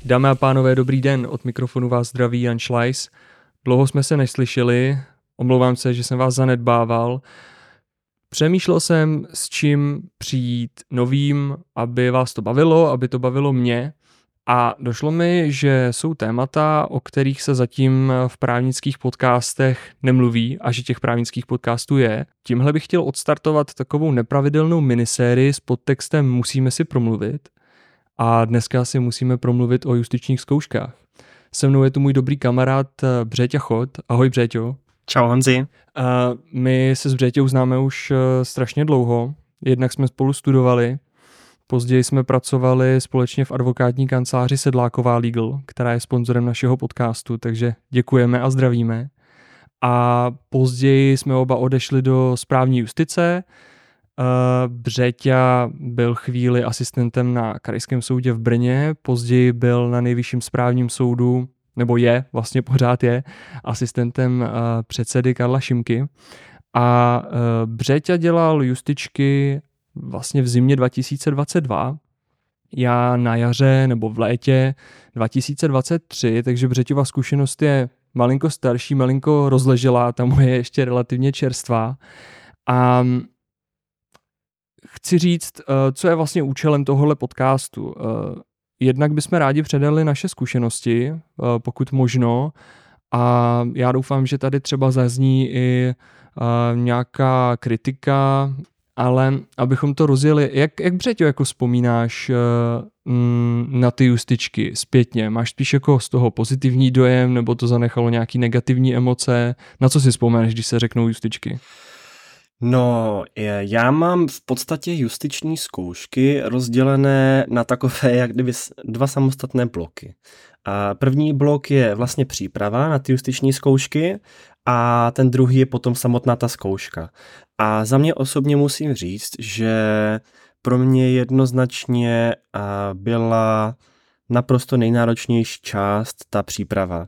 Dámy a pánové, dobrý den, od mikrofonu vás zdraví Jan Šlajs. Dlouho jsme se neslyšeli, omlouvám se, že jsem vás zanedbával. Přemýšlel jsem, s čím přijít novým, aby vás to bavilo, aby to bavilo mě. A došlo mi, že jsou témata, o kterých se zatím v právnických podcastech nemluví a že těch právnických podcastů je. Tímhle bych chtěl odstartovat takovou nepravidelnou minisérii s podtextem Musíme si promluvit. A dneska si musíme promluvit o justičních zkouškách. Se mnou je tu můj dobrý kamarád Břeťa Chod. Ahoj Břeťo. Čau Honzi. My se s Břeťou známe už strašně dlouho. Jednak jsme spolu studovali, později jsme pracovali společně v advokátní kanceláři Sedláková Legal, která je sponzorem našeho podcastu, takže děkujeme a zdravíme. A později jsme oba odešli do správní justice. Břeťa byl chvíli asistentem na Krajském soudě v Brně, později byl na Nejvyšším správním soudu, nebo vlastně pořád je, asistentem předsedy Karla Šimky. A Břeťa dělal justičky vlastně v zimě 2022, já na jaře nebo v létě 2023, takže Břeťova zkušenost je malinko starší, malinko rozleželá, ta moje je ještě relativně čerstvá. A chci říct, co je vlastně účelem tohohle podcastu. Jednak bychom rádi předali naše zkušenosti, pokud možno, a já doufám, že tady třeba zazní i nějaká kritika, ale abychom to rozjeli, jak Břeťo jako vzpomínáš na ty justičky zpětně? Máš spíš jako z toho pozitivní dojem, nebo to zanechalo nějaký negativní emoce? Na co si vzpomeneš, když se řeknou justičky? No, já mám v podstatě justiční zkoušky rozdělené na takové, jak kdyby dva samostatné bloky. A první blok je vlastně příprava na ty justiční zkoušky a ten druhý je potom samotná ta zkouška. A za mě osobně musím říct, že pro mě jednoznačně byla naprosto nejnáročnější část ta příprava.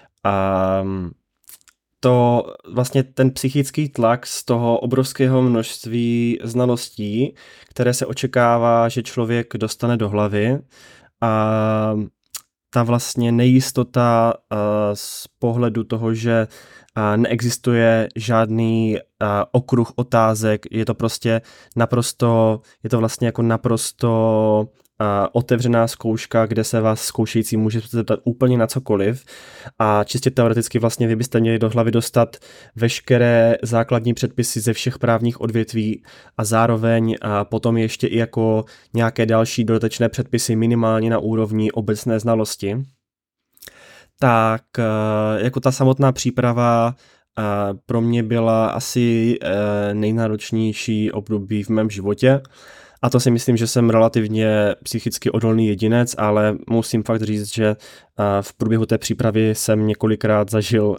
To vlastně ten psychický tlak z toho obrovského množství znalostí, které se očekává, že člověk dostane do hlavy, a ta vlastně nejistota z pohledu toho, že neexistuje žádný okruh otázek, je to vlastně jako naprosto otevřená zkouška, kde se vás zkoušející může zeptat úplně na cokoliv a čistě teoreticky vlastně vy byste měli do hlavy dostat veškeré základní předpisy ze všech právních odvětví a zároveň potom ještě i jako nějaké další dodatečné předpisy minimálně na úrovni obecné znalosti. Tak jako ta samotná příprava pro mě byla asi nejnáročnější období v mém životě. A to si myslím, že jsem relativně psychicky odolný jedinec, ale musím fakt říct, že v průběhu té přípravy jsem několikrát zažil,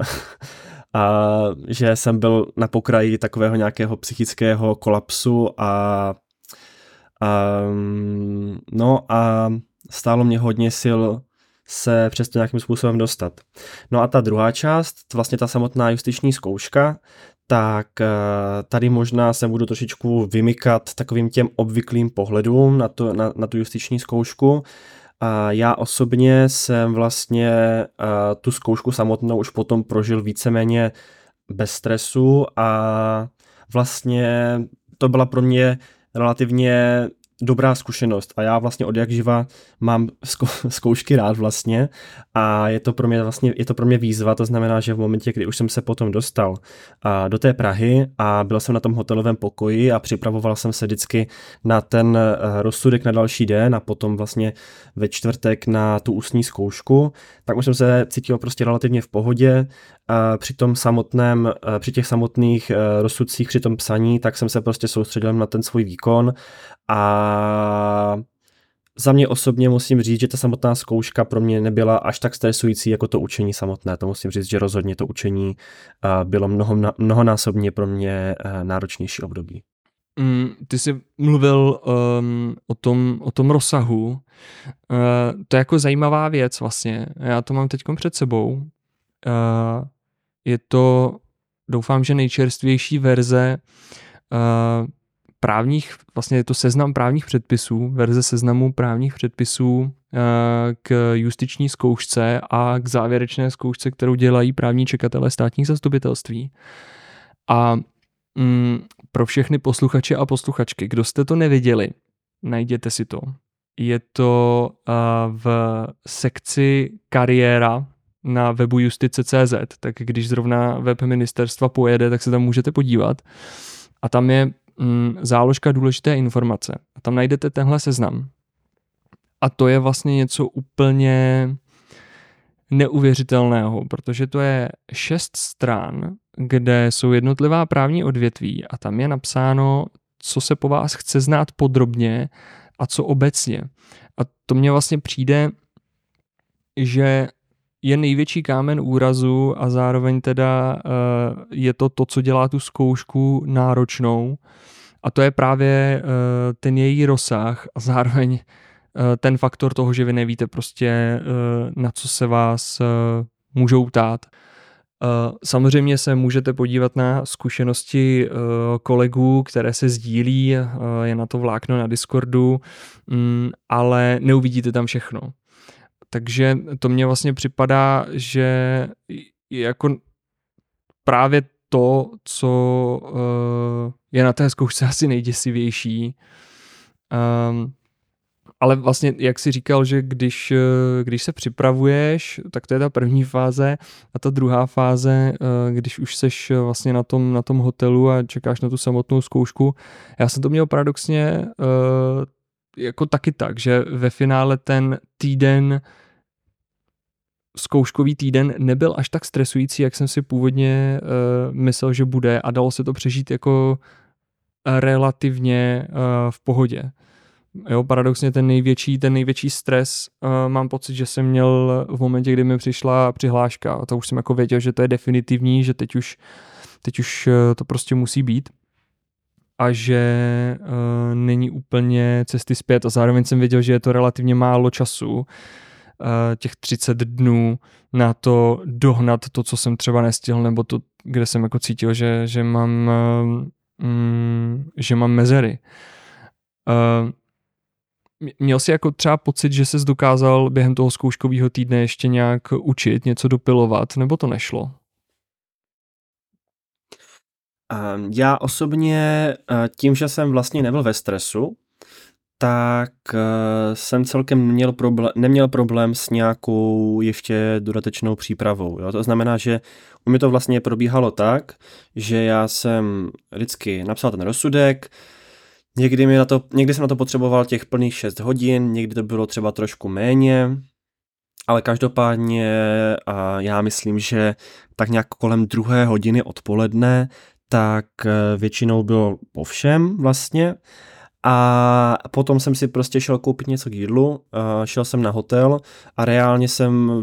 že jsem byl na pokraji takového nějakého psychického kolapsu a stálo mě hodně sil se přesto nějakým způsobem dostat. No a ta druhá část, vlastně ta samotná justiční zkouška, tak tady možná se budu trošičku vymykat takovým těm obvyklým pohledům na tu justiční zkoušku. Já osobně jsem vlastně tu zkoušku samotnou už potom prožil víceméně bez stresu a vlastně to byla pro mě relativně dobrá zkušenost a já vlastně odjakživa mám zkoušky rád vlastně a je to pro mě výzva, to znamená, že v momentě, kdy už jsem se potom dostal do té Prahy a byl jsem na tom hotelovém pokoji a připravoval jsem se vždycky na ten rozsudek na další den a potom vlastně ve čtvrtek na tu ústní zkoušku, tak už jsem se cítil prostě relativně v pohodě. Při těch samotných rozsudcích, při tom psaní, tak jsem se prostě soustředil na ten svůj výkon a za mě osobně musím říct, že ta samotná zkouška pro mě nebyla až tak stresující jako to učení samotné. To musím říct, že rozhodně to učení bylo mnohonásobně pro mě náročnější období. Ty jsi mluvil o tom rozsahu. To je jako zajímavá věc vlastně. Já to mám teďkom před sebou. Je to, doufám, že nejčerstvější verze právních, vlastně je to seznam právních předpisů, verze seznamu právních předpisů k justiční zkoušce a k závěrečné zkoušce, kterou dělají právní čekatelé státních zastupitelství. A pro všechny posluchače a posluchačky, kdo jste to neviděli, najděte si to. Je to v sekci kariéra na webu justice.cz, tak když zrovna web ministerstva pojede, tak se tam můžete podívat. A tam je záložka důležité informace. A tam najdete tenhle seznam. A to je vlastně něco úplně neuvěřitelného, protože to je 6 stran, kde jsou jednotlivá právní odvětví a tam je napsáno, co se po vás chce znát podrobně a co obecně. A to mně vlastně přijde, že je největší kámen úrazu a zároveň teda je to, co dělá tu zkoušku náročnou a to je právě ten její rozsah a zároveň ten faktor toho, že vy nevíte prostě, na co se vás můžou ptát. Samozřejmě se můžete podívat na zkušenosti kolegů, které se sdílí, je na to vlákno na Discordu, ale neuvidíte tam všechno. Takže to mně vlastně připadá, že jako právě to, co je na té zkoušce asi nejděsivější, ale vlastně, jak jsi říkal, že když se připravuješ, tak to je ta první fáze a ta druhá fáze, když už seš vlastně na tom hotelu a čekáš na tu samotnou zkoušku. Já jsem to měl paradoxně jako taky tak, že ve finále ten týden, zkouškový týden nebyl až tak stresující, jak jsem si původně myslel, že bude a dalo se to přežít jako relativně v pohodě. Jo, paradoxně ten největší stres mám pocit, že jsem měl v momentě, kdy mi přišla přihláška. A to už jsem jako věděl, že to je definitivní, že teď už to prostě musí být. A že není úplně cesty zpět. A zároveň jsem věděl, že je to relativně málo času, těch 30 dnů na to dohnat to, co jsem třeba nestihl, nebo to, kde jsem jako cítil, že mám mezery. Měl jsi jako třeba pocit, že ses dokázal během toho zkouškového týdne ještě nějak učit, něco dopilovat, nebo to nešlo? Já osobně tím, že jsem vlastně nebyl ve stresu, tak jsem celkem neměl problém s nějakou ještě dodatečnou přípravou. Jo? To znamená, že u mě to vlastně probíhalo tak, že já jsem vždycky napsal ten rozsudek, někdy jsem na to potřeboval těch plných 6 hodin, někdy to bylo třeba trošku méně, ale každopádně já myslím, že tak nějak kolem 2 hodiny odpoledne, tak většinou bylo po všem vlastně. A potom jsem si prostě šel koupit něco k jídlu, šel jsem na hotel a reálně jsem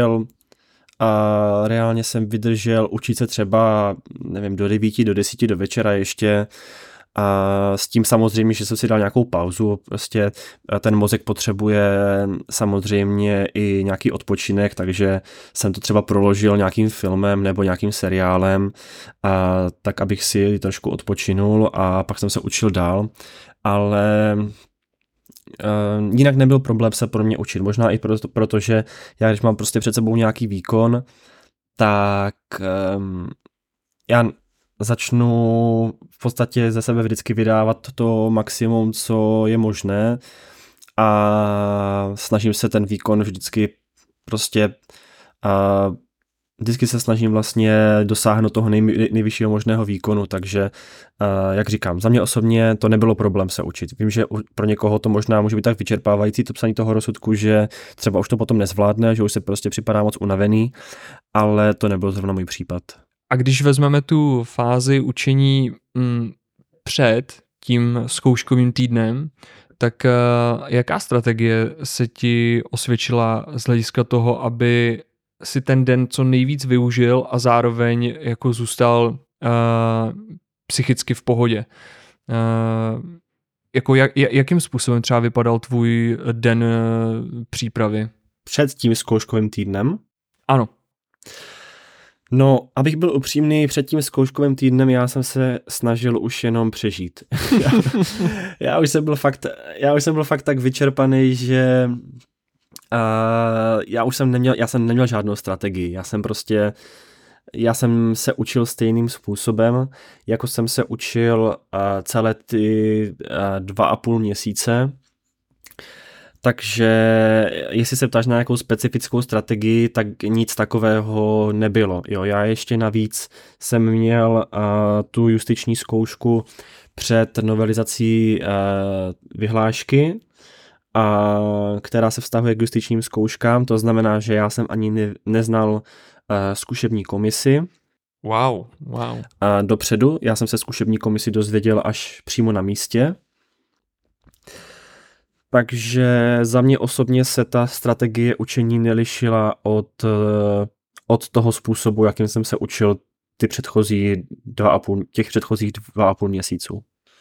vydržel učit se třeba, nevím, do 9, do 10 do večera ještě. A s tím samozřejmě, že jsem si dal nějakou pauzu, prostě ten mozek potřebuje samozřejmě i nějaký odpočinek, takže jsem to třeba proložil nějakým filmem nebo nějakým seriálem, tak abych si trošku odpočinul a pak jsem se učil dál, ale jinak nebyl problém se pro mě učit, možná i protože já když mám prostě před sebou nějaký výkon, tak já začnu v podstatě ze sebe vždycky vydávat to maximum, co je možné a snažím se ten výkon vždycky se snažím vlastně dosáhnout toho nejvyššího možného výkonu, takže jak říkám, za mě osobně to nebylo problém se učit. Vím, že pro někoho to možná může být tak vyčerpávající to psaní toho rozsudku, že třeba už to potom nezvládne, že už se prostě připadá moc unavený, ale to nebyl zrovna můj případ. A když vezmeme tu fázi učení před tím zkouškovým týdnem, tak jaká strategie se ti osvědčila z hlediska toho, aby si ten den co nejvíc využil a zároveň jako zůstal psychicky v pohodě? Jako jakým způsobem třeba vypadal tvůj den přípravy? Před tím zkouškovým týdnem? Ano. No, abych byl upřímný, před tím zkouškovým týdnem já jsem se snažil už jenom přežít. já už jsem byl fakt tak vyčerpaný, že Já jsem neměl žádnou strategii, já jsem se učil stejným způsobem, jako jsem se učil celé ty 2,5 měsíce. Takže jestli se ptáš na nějakou specifickou strategii, tak nic takového nebylo. Jo, já ještě navíc jsem měl tu justiční zkoušku před novelizací vyhlášky, která se vztahuje k justičním zkouškám, to znamená, že já jsem ani neznal zkušební komisi. Wow. Dopředu, já jsem se zkušební komisi dozvěděl až přímo na místě. Takže za mě osobně se ta strategie učení nelišila od toho způsobu, jakým jsem se učil těch předchozích 2,5 měsíců.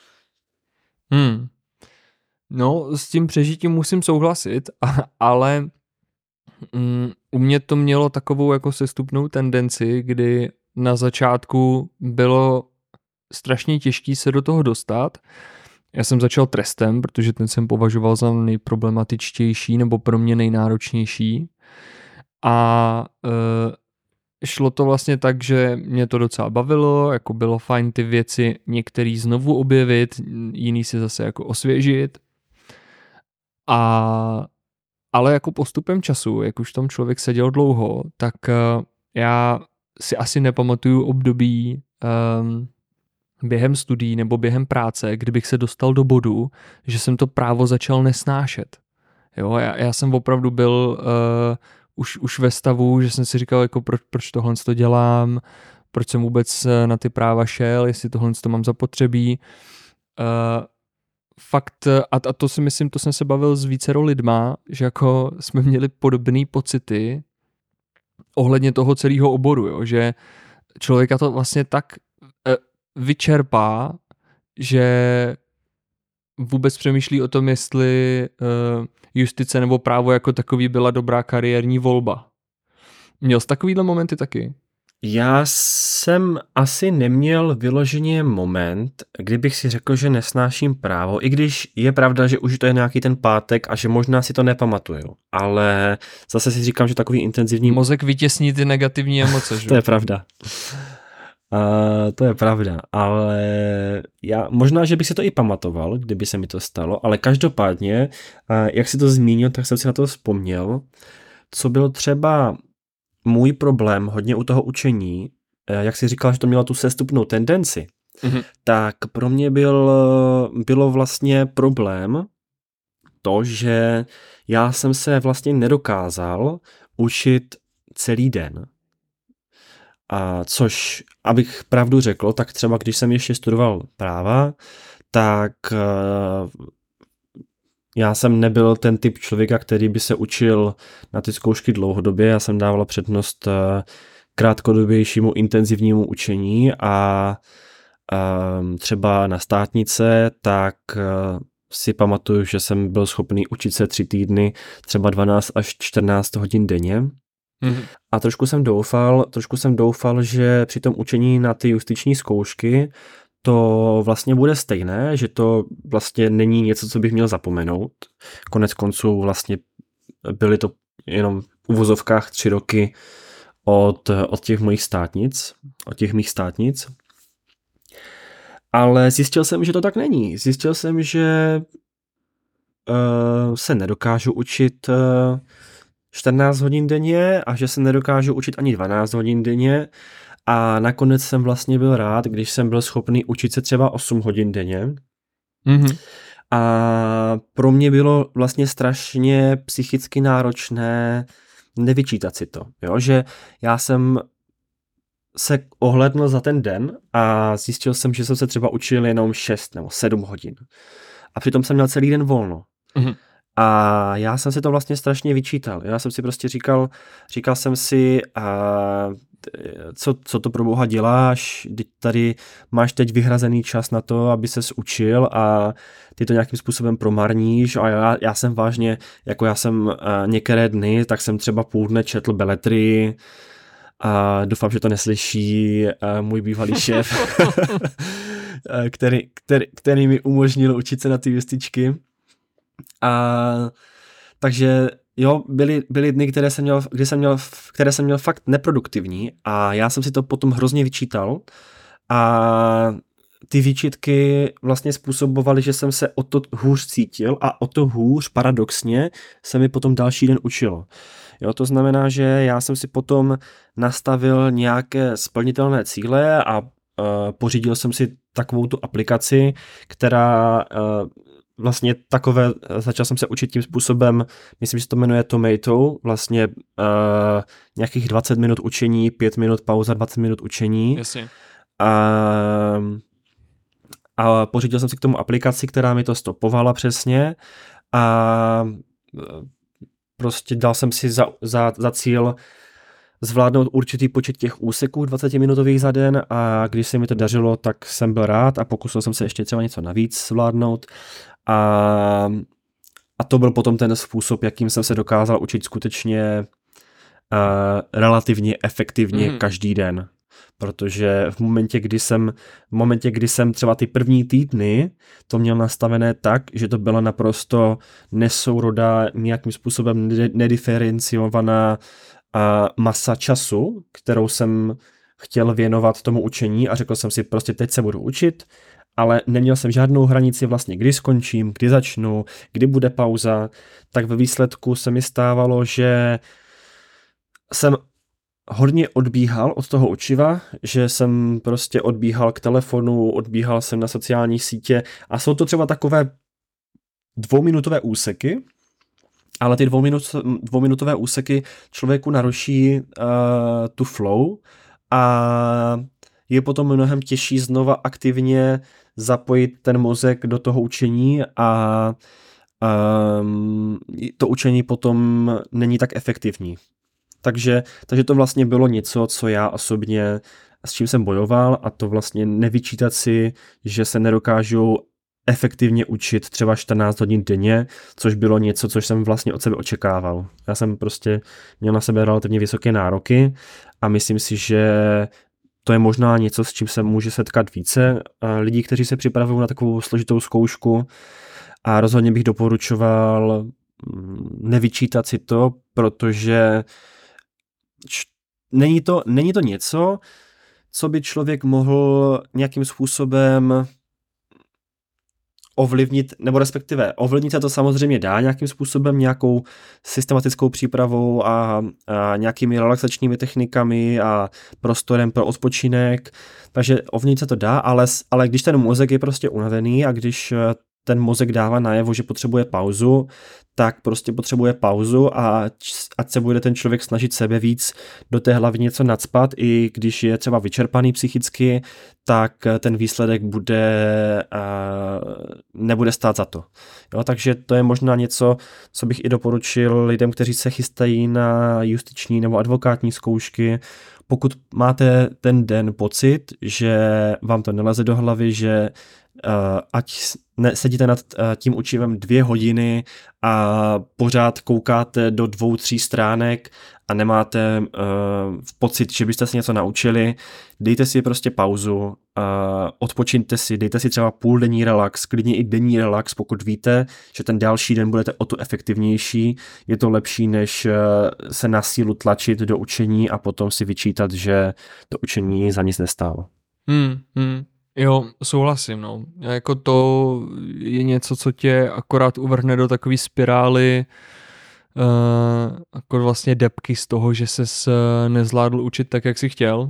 No, s tím přežitím musím souhlasit, ale u mě to mělo takovou jako sestupnou tendenci, kdy na začátku bylo strašně těžké se do toho dostat. Já jsem začal trestem, protože ten jsem považoval za nejproblematičtější nebo pro mě nejnáročnější. A šlo to vlastně tak, že mě to docela bavilo, jako bylo fajn ty věci některý znovu objevit, jiný si zase jako osvěžit. Ale jako postupem času, jak už tam člověk seděl dlouho, tak já si asi nepamatuju období během studií nebo během práce, kdybych se dostal do bodu, že jsem to právo začal nesnášet. Jo, já jsem opravdu byl už ve stavu, že jsem si říkal, jako proč tohle to dělám, proč jsem vůbec na ty práva šel, jestli tohle to mám zapotřebí. Fakt, a to si myslím, to jsem se bavil s vícero lidma, že jako jsme měli podobné pocity ohledně toho celého oboru, jo, že člověka to vlastně tak vyčerpá, že vůbec přemýšlí o tom, jestli justice nebo právo jako takový byla dobrá kariérní volba. Měl jsi takovýhle momenty taky? Já jsem asi neměl vyloženě moment, kdybych si řekl, že nesnáším právo, i když je pravda, že už to je nějaký ten pátek a že možná si to nepamatuju, ale zase si říkám, že takový intenzivní... Mozek vytěsní ty negativní emoce, že? To je pravda. To je pravda, ale možná, že bych si to i pamatoval, kdyby se mi to stalo, ale každopádně, jak si to zmínil, tak jsem si na to vzpomněl, co byl třeba můj problém hodně u toho učení, jak jsi říkal, že to mělo tu sestupnou tendenci, tak pro mě bylo vlastně problém to, že já jsem se vlastně nedokázal učit celý den. Což, abych pravdu řekl, tak třeba když jsem ještě studoval práva, tak já jsem nebyl ten typ člověka, který by se učil na ty zkoušky dlouhodobě, já jsem dával přednost krátkodobějšímu intenzivnímu učení a třeba na státnice, tak si pamatuju, že jsem byl schopný učit se 3 týdny, třeba 12 až 14 hodin denně. A trošku jsem doufal, že při tom učení na ty justiční zkoušky to vlastně bude stejné, že to vlastně není něco, co bych měl zapomenout. Konec konců vlastně byly to jenom v uvozovkách 3 roky od těch mých státnic. Ale zjistil jsem, že to tak není. Zjistil jsem, že se nedokážu učit 14 hodin denně a že se nedokážu učit ani 12 hodin denně a nakonec jsem vlastně byl rád, když jsem byl schopný učit se třeba 8 hodin denně. A pro mě bylo vlastně strašně psychicky náročné nevyčítat si to, jo? Že já jsem se ohlédnul za ten den a zjistil jsem, že jsem se třeba učil jenom 6 nebo 7 hodin a přitom jsem měl celý den volno. A já jsem si to vlastně strašně vyčítal. Já jsem si prostě říkal jsem si, co to pro boha děláš, tady máš teď vyhrazený čas na to, aby ses učil a ty to nějakým způsobem promarníš a já jsem vážně, jako já jsem některé dny, tak jsem třeba půl dne četl beletrii a doufám, že to neslyší můj bývalý šéf, který mi umožnil učit se na ty justičky. Takže Jo, byly dny, které jsem měl fakt neproduktivní a já jsem si to potom hrozně vyčítal a ty výčitky vlastně způsobovaly, že jsem se o to hůř cítil a o to hůř paradoxně se mi potom další den učilo. Jo, to znamená, že já jsem si potom nastavil nějaké splnitelné cíle a pořídil jsem si takovou tu aplikaci, která vlastně začal jsem se učit tím způsobem, myslím, že se to jmenuje Tomato, vlastně nějakých 20 minut učení, 5 minut pauza, 20 minut učení. Jasně. A pořídil jsem si k tomu aplikaci, která mi to stopovala přesně a prostě dal jsem si za cíl zvládnout určitý počet těch úseků 20-minutových za den a když se mi to dařilo, tak jsem byl rád a pokusil jsem se ještě třeba něco navíc zvládnout a to byl potom ten způsob, jakým jsem se dokázal učit skutečně relativně efektivně každý den. Protože v momentě, kdy jsem třeba ty první týdny to měl nastavené tak, že to byla naprosto nesourodá, nějakým způsobem nediferenciovaná masa času, kterou jsem chtěl věnovat tomu učení a řekl jsem si prostě teď se budu učit, ale neměl jsem žádnou hranici vlastně, kdy skončím, kdy začnu, kdy bude pauza, tak ve výsledku se mi stávalo, že jsem hodně odbíhal od toho učiva, že jsem prostě odbíhal k telefonu, odbíhal jsem na sociální sítě a jsou to třeba takové 2minutové úseky, ale ty dvouminutové úseky člověku naruší tu flow a je potom mnohem těžší znova aktivně zapojit ten mozek do toho učení a to učení potom není tak efektivní. Takže to vlastně bylo něco, co já osobně, s čím jsem bojoval a to vlastně nevyčítat si, že se nedokážu efektivně učit třeba 14 hodin denně, což bylo něco, což jsem vlastně od sebe očekával. Já jsem prostě měl na sebe relativně vysoké nároky a myslím si, že to je možná něco, s čím se může setkat více lidí, kteří se připravují na takovou složitou zkoušku a rozhodně bych doporučoval nevyčítat si to, protože není to něco, co by člověk mohl nějakým způsobem ovlivnit, nebo respektive ovlivnit se to samozřejmě dá nějakým způsobem, nějakou systematickou přípravou a nějakými relaxačními technikami a prostorem pro odpočinek, takže ovlivnit se to dá, ale když ten mozek je prostě unavený a když ten mozek dává najevo, že potřebuje pauzu, tak prostě potřebuje pauzu a ať se bude ten člověk snažit sebe víc do té hlavy něco nacpat, i když je třeba vyčerpaný psychicky, tak ten výsledek nebude stát za to. Jo, takže to je možná něco, co bych i doporučil lidem, kteří se chystají na justiční nebo advokátní zkoušky. Pokud máte ten den pocit, že vám to neleze do hlavy, že ať sedíte nad tím učivem 2 hodiny a pořád koukáte do 2-3 stránek a nemáte pocit, že byste se něco naučili, dejte si prostě pauzu, odpočiňte si, dejte si třeba půldenní relax, klidně i denní relax, pokud víte, že ten další den budete o to efektivnější, je to lepší, než se na sílu tlačit do učení a potom si vyčítat, že to učení za nic nestálo. Jo, souhlasím, no. Jako to je něco, co tě akorát uvrhne do takové spirály jako vlastně depky z toho, že ses nezvládl učit tak, jak jsi chtěl.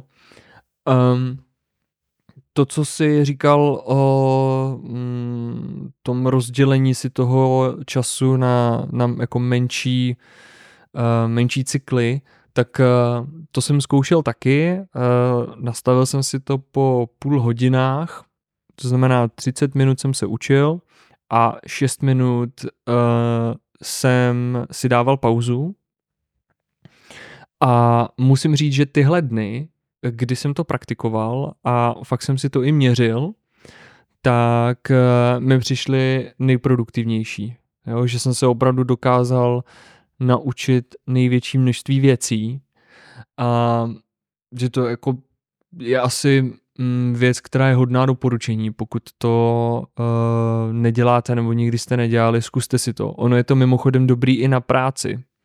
To, co jsi říkal o tom rozdělení si toho času na jako menší cykly, tak to jsem zkoušel taky, nastavil jsem si to po půl hodinách, to znamená 30 minut jsem se učil a 6 minut jsem si dával pauzu a musím říct, že tyhle dny, kdy jsem to praktikoval a fakt jsem si to i měřil, tak mi přišly nejproduktivnější, jo? Že jsem se opravdu dokázal naučit největší množství věcí a že to jako je asi věc, která je hodná doporučení. Pokud to neděláte nebo nikdy jste nedělali, zkuste si to. Ono je to mimochodem dobrý i na práci.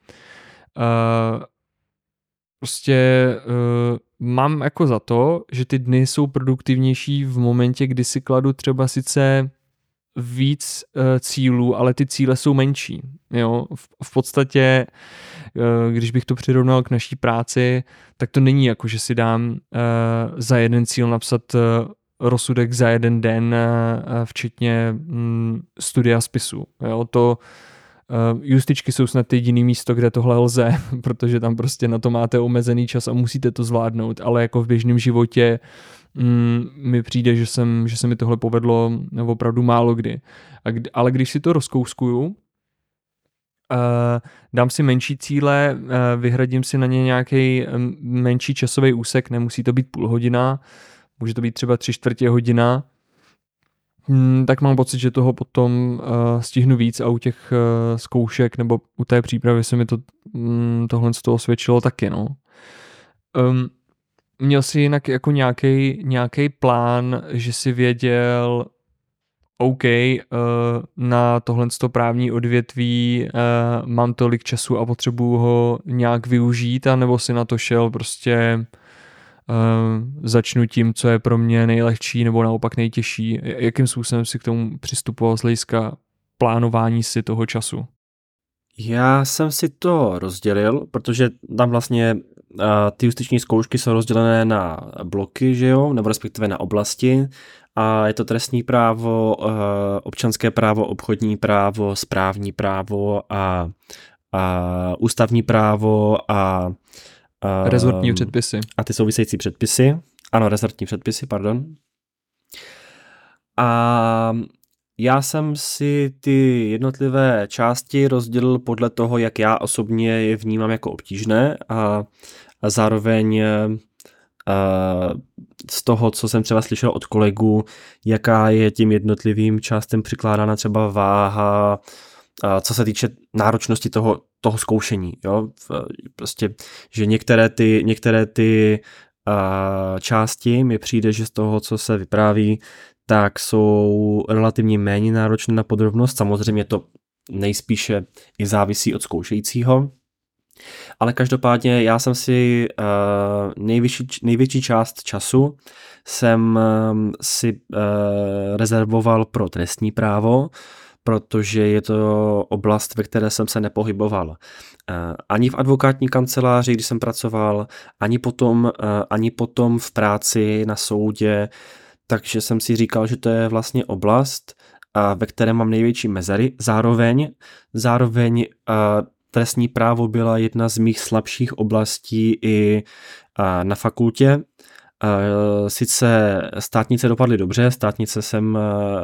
prostě mám jako za to, že ty dny jsou produktivnější v momentě, kdy si kladu třeba sice víc cílů, ale ty cíle jsou menší. Jo? V podstatě, když bych to přirovnal k naší práci, tak to není jako, že si dám za jeden cíl napsat rozsudek za jeden den, včetně studia spisu. Jo? Justičky jsou snad jediný místo, kde tohle lze, protože tam prostě na to máte omezený čas a musíte to zvládnout, ale jako v běžném životě mi přijde, že se mi tohle povedlo opravdu málo kdy. Ale když si to rozkouskuju, dám si menší cíle, vyhradím si na ně nějaký menší časový úsek, nemusí to být půl hodina, může to být třeba 3/4 hodina, tak mám pocit, že toho potom stihnu víc a u těch zkoušek nebo u té přípravy se mi tohle z toho osvědčilo taky, no. Měl jsi jinak jako nějaký plán, že si věděl, OK, na tohle právní odvětví mám tolik času a potřebuju ho nějak využít, anebo si na to šel prostě začnu tím, co je pro mě nejlehčí nebo naopak nejtěžší. Jakým způsobem si k tomu přistupoval z hlediska plánování si toho času? Já jsem si to rozdělil, protože tam vlastně ty justiční zkoušky jsou rozdělené na bloky, že jo, nebo respektive na oblasti a je to trestní právo, občanské právo, obchodní právo, správní právo a ústavní právo a rezortní předpisy. A ty související předpisy. Ano, rezortní předpisy, pardon. A já jsem si ty jednotlivé části rozdělil podle toho, jak já osobně je vnímám jako obtížné a zároveň z toho, co jsem třeba slyšel od kolegů, jaká je tím jednotlivým částem přikládána třeba váha, co se týče náročnosti toho zkoušení. Jo? Prostě, že některé ty části mi přijde, že z toho, co se vypráví, tak jsou relativně méně náročné na podrobnost. Samozřejmě to nejspíše i závisí od zkoušejícího. Ale každopádně já jsem si největší část času jsem si rezervoval pro trestní právo, protože je to oblast, ve které jsem se nepohyboval. Ani v advokátní kanceláři, když jsem pracoval, ani potom v práci na soudě, takže jsem si říkal, že to je vlastně oblast, ve které mám největší mezery. Zároveň trestní právo byla jedna z mých slabších oblastí i na fakultě. Sice státnice dopadly dobře, státnice jsem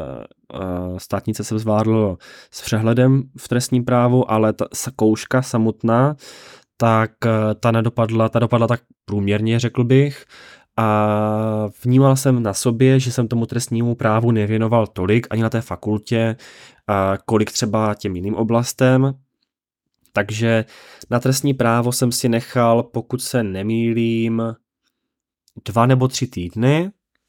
zvládl s přehledem v trestním právu, ale ta zkouška samotná, tak ta dopadla tak průměrně, řekl bych. A vnímal jsem na sobě, že jsem tomu trestnímu právu nevěnoval tolik, ani na té fakultě, kolik třeba těm jiným oblastem. Takže na trestní právo jsem si nechal, pokud se nemýlím, 2 nebo 3 týdny.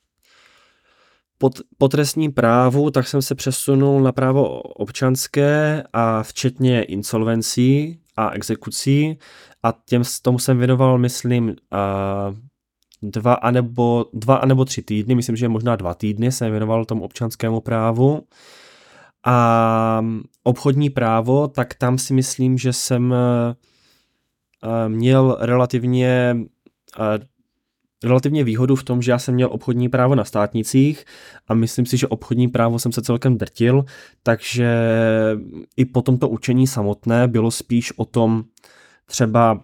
Po trestním právu tak jsem se přesunul na právo občanské a včetně insolvencí a exekucí a tomu jsem věnoval, myslím, 2 anebo 3 týdny, myslím, že možná 2 týdny jsem věnoval tomu občanskému právu. A obchodní právo, tak tam si myslím, že jsem měl relativně výhodu v tom, že já jsem měl obchodní právo na státnicích a myslím si, že obchodní právo jsem se celkem drtil, takže i po tomto učení samotné bylo spíš o tom třeba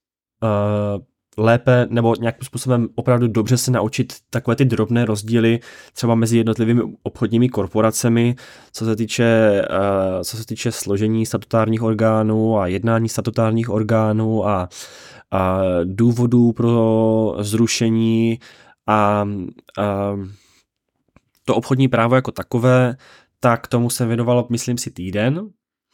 lépe nebo nějakým způsobem opravdu dobře se naučit takové ty drobné rozdíly třeba mezi jednotlivými obchodními korporacemi, co se týče složení statutárních orgánů a jednání statutárních orgánů a důvodů pro zrušení a to obchodní právo jako takové, tak tomu jsem věnoval, myslím si, týden.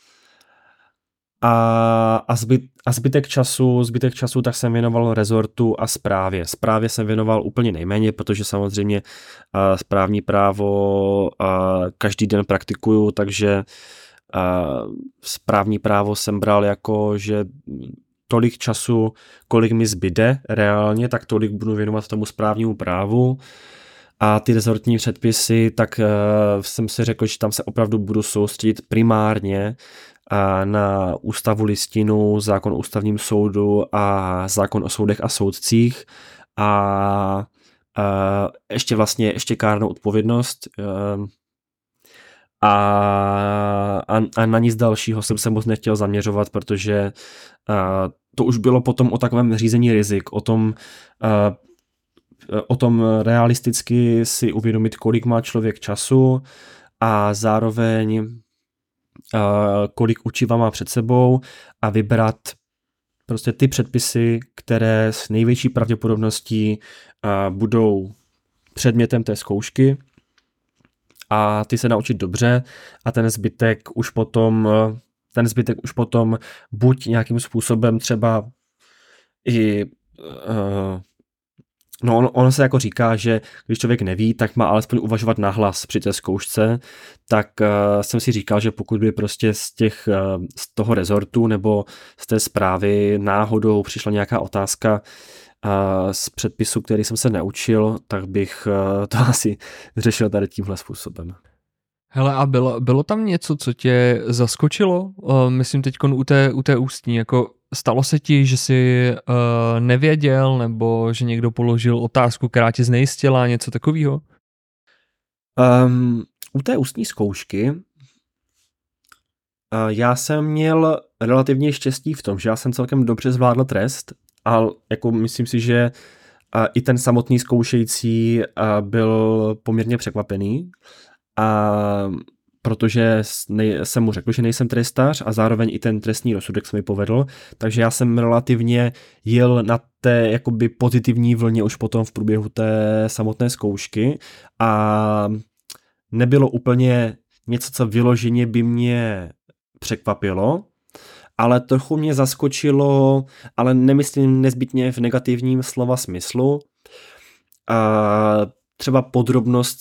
A zbytek času tak jsem věnoval rezortu a správě. Správě jsem věnoval úplně nejméně, protože samozřejmě správní právo každý den praktikuju, takže správní právo jsem bral jako, že tolik času, kolik mi zbyde reálně, tak tolik budu věnovat tomu správnímu právu. A ty rezortní předpisy, tak jsem si řekl, že tam se opravdu budu soustředit primárně na ústavu, listinu, zákon o ústavním soudu a zákon o soudech a soudcích a ještě kárnou odpovědnost a na nic dalšího jsem se moc nechtěl zaměřovat, protože to už bylo potom o takovém řízení rizik, o tom realisticky si uvědomit, kolik má člověk času a zároveň kolik učiva má před sebou a vybrat prostě ty předpisy, které s největší pravděpodobností budou předmětem té zkoušky a ty se naučit dobře a ten zbytek už potom buď nějakým způsobem třeba i ono se jako říká, že když člověk neví, tak má alespoň uvažovat nahlas při té zkoušce, tak jsem si říkal, že pokud by prostě z toho rezortu nebo z té zprávy náhodou přišla nějaká otázka z předpisu, který jsem se neučil, tak bych to asi řešil tady tímhle způsobem. Hele, a bylo tam něco, co tě zaskočilo? Myslím teď u té ústní, jako stalo se ti, že jsi nevěděl, nebo že někdo položil otázku, která tě znejistila, něco takového? U té ústní zkoušky já jsem měl relativně štěstí v tom, že já jsem celkem dobře zvládl trest, ale jako myslím si, že i ten samotný zkoušející byl poměrně překvapený, protože jsem mu řekl, že nejsem trestář a zároveň i ten trestní rozsudek se mi povedl, takže já jsem relativně jel na té jakoby pozitivní vlně už potom v průběhu té samotné zkoušky a nebylo úplně něco, co vyloženě by mě překvapilo, ale trochu mě zaskočilo, ale nemyslím nezbytně v negativním slova smyslu, třeba podrobnost,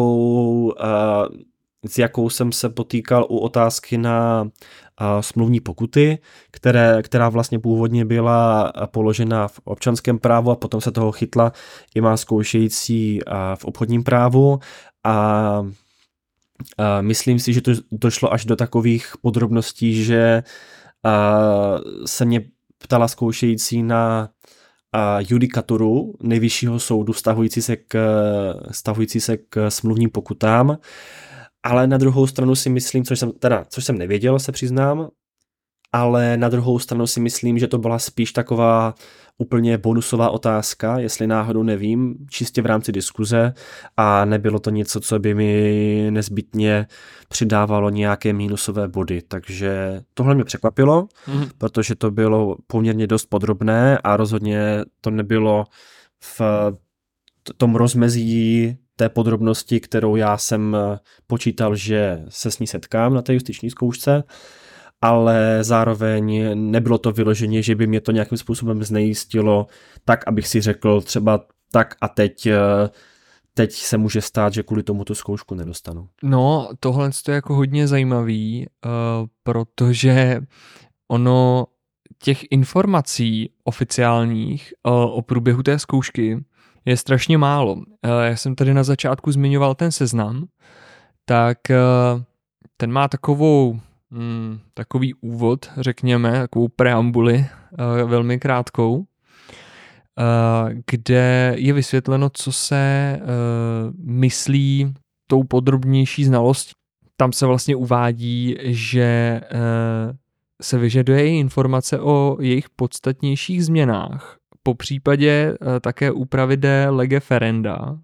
s jakou jsem se potýkal u otázky na smluvní pokuty, která vlastně původně byla položena v občanském právu a potom se toho chytla i má zkoušející v obchodním právu a myslím si, že to došlo až do takových podrobností, že se mě ptala zkoušející na judikaturu Nejvyššího soudu vztahující se k smluvním pokutám, ale na druhou stranu si myslím, což jsem nevěděl, se přiznám, ale na druhou stranu si myslím, že to byla spíš taková úplně bonusová otázka, jestli náhodou nevím, čistě v rámci diskuze a nebylo to něco, co by mi nezbytně přidávalo nějaké mínusové body, takže tohle mě překvapilo, protože to bylo poměrně dost podrobné a rozhodně to nebylo v tom rozmezí té podrobnosti, kterou já jsem počítal, že se s ní setkám na té justiční zkoušce, ale zároveň nebylo to vyloženě, že by mě to nějakým způsobem znejistilo tak, abych si řekl třeba tak a teď se může stát, že kvůli tomu tu zkoušku nedostanu. No, tohle je jako hodně zajímavý, protože ono těch informací oficiálních o průběhu té zkoušky je strašně málo. Já jsem tady na začátku zmiňoval ten seznam, tak ten má takový úvod, řekněme, takovou preambuli, velmi krátkou, kde je vysvětleno, co se myslí tou podrobnější znalostí. Tam se vlastně uvádí, že se vyžaduje informace o jejich podstatnějších změnách, po případě také úpravy de lege ferenda.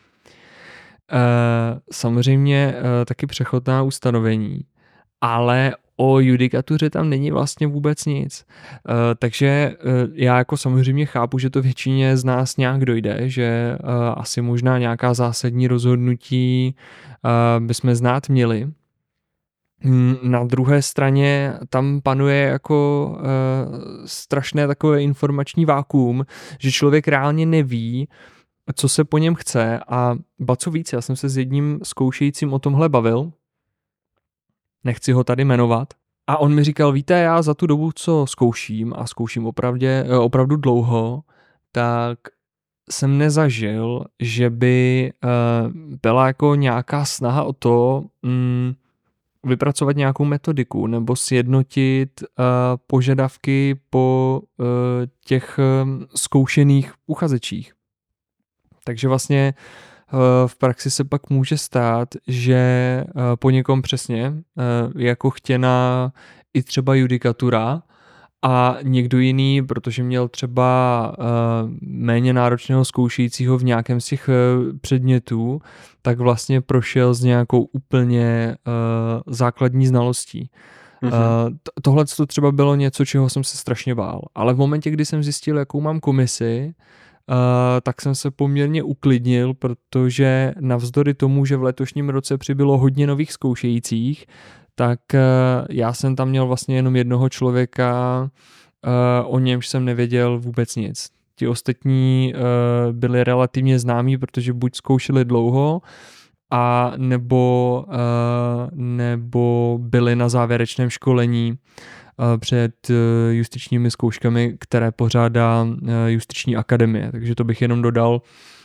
Samozřejmě taky přechodná ustanovení, ale o judikatuře tam není vlastně vůbec nic. Takže já jako samozřejmě chápu, že to většině z nás nějak dojde, že asi možná nějaká zásadní rozhodnutí bychom znát měli. Na druhé straně tam panuje jako strašné takové informační vákuum, že člověk reálně neví, co se po něm chce a ba co víc, já jsem se s jedním zkoušejícím o tomhle bavil, nechci ho tady jmenovat, A on mi říkal, víte, já za tu dobu, co zkouším a zkouším opravdu dlouho, tak jsem nezažil, že by byla jako nějaká snaha o to vypracovat nějakou metodiku nebo sjednotit požadavky po těch zkoušených uchazečích. Takže vlastně v praxi se pak může stát, že po někom přesně jako chtěná i třeba judikatura a někdo jiný, protože měl třeba méně náročného zkoušejícího v nějakém z těch předmětů, tak vlastně prošel s nějakou úplně základní znalostí. Tohle to třeba bylo něco, čeho jsem se strašně bál. Ale v momentě, kdy jsem zjistil, jakou mám komisi, tak jsem se poměrně uklidnil, protože navzdory tomu, že v letošním roce přibylo hodně nových zkoušejících, tak já jsem tam měl vlastně jenom jednoho člověka, o němž jsem nevěděl vůbec nic. Ti ostatní byli relativně známí, protože buď zkoušeli dlouho, a nebo byli na závěrečném školení před justičními zkouškami, které pořádá Justiční akademie. Takže to bych jenom dodal,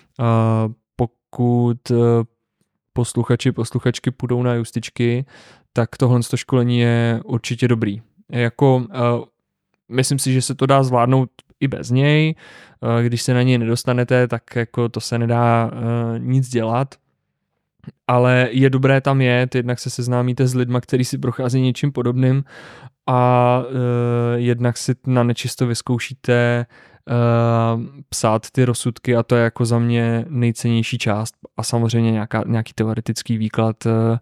pokud posluchačky půjdou na justičky, tak tohle školení je určitě dobrý. Myslím si, že se to dá zvládnout i bez něj. Když se na něj nedostanete, tak jako to se nedá nic dělat. Ale je dobré tam jet, jednak se seznámíte s lidma, kteří si prochází něčím podobným a jednak si na nečisto vyzkoušíte psát ty rozsudky a to je jako za mě nejcennější část a samozřejmě nějaký teoretický výklad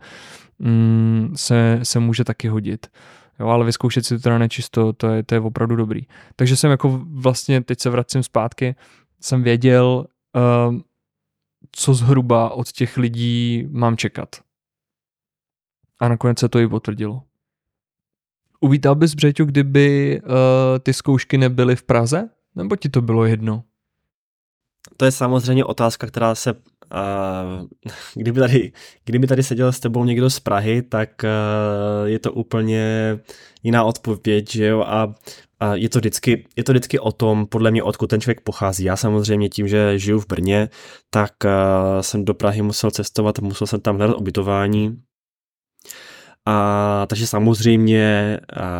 se může taky hodit. Jo, ale vyzkoušet si to teda nečisto, to je opravdu dobrý. Takže jsem jako vlastně, teď se vracím zpátky, jsem věděl, co zhruba od těch lidí mám čekat. A nakonec se to i potvrdilo. Uvítal bys, Břeťo, kdyby ty zkoušky nebyly v Praze? Nebo ti to bylo jedno? To je samozřejmě otázka, která se... Kdyby tady seděl s tebou někdo z Prahy, tak je to úplně jiná odpověď, že jo? A je to vždycky o tom, podle mě, odkud ten člověk pochází. Já samozřejmě tím, že žiju v Brně, tak jsem do Prahy musel cestovat, musel jsem tam hledat ubytování. Takže samozřejmě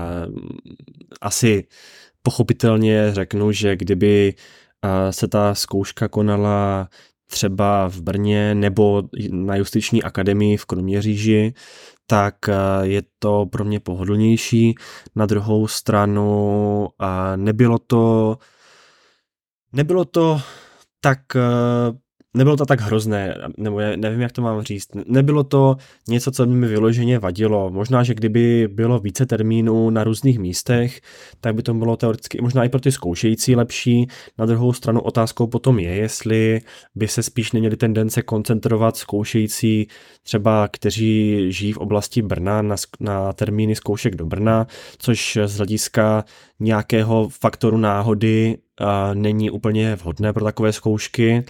asi pochopitelně řeknu, že kdyby se ta zkouška konala třeba v Brně nebo na Justiční akademii v Kroměříži, tak je to pro mě pohodlnější. Na druhou stranu nebylo to tak hrozné, nebo nevím, jak to mám říct. Nebylo to něco, co by mi vyloženě vadilo. Možná, že kdyby bylo více termínů na různých místech, tak by to bylo teoreticky možná i pro ty zkoušející lepší. Na druhou stranu otázkou potom je, jestli by se spíš neměli tendence koncentrovat zkoušející třeba, kteří žijí v oblasti Brna na termíny zkoušek do Brna, což z hlediska nějakého faktoru náhody není úplně vhodné pro takové zkoušky.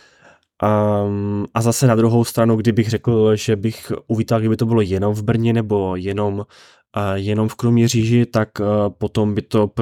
A zase na druhou stranu, kdybych řekl, že bych uvítal, kdyby to bylo jenom v Brně nebo jenom v Kroměříži, tak potom by to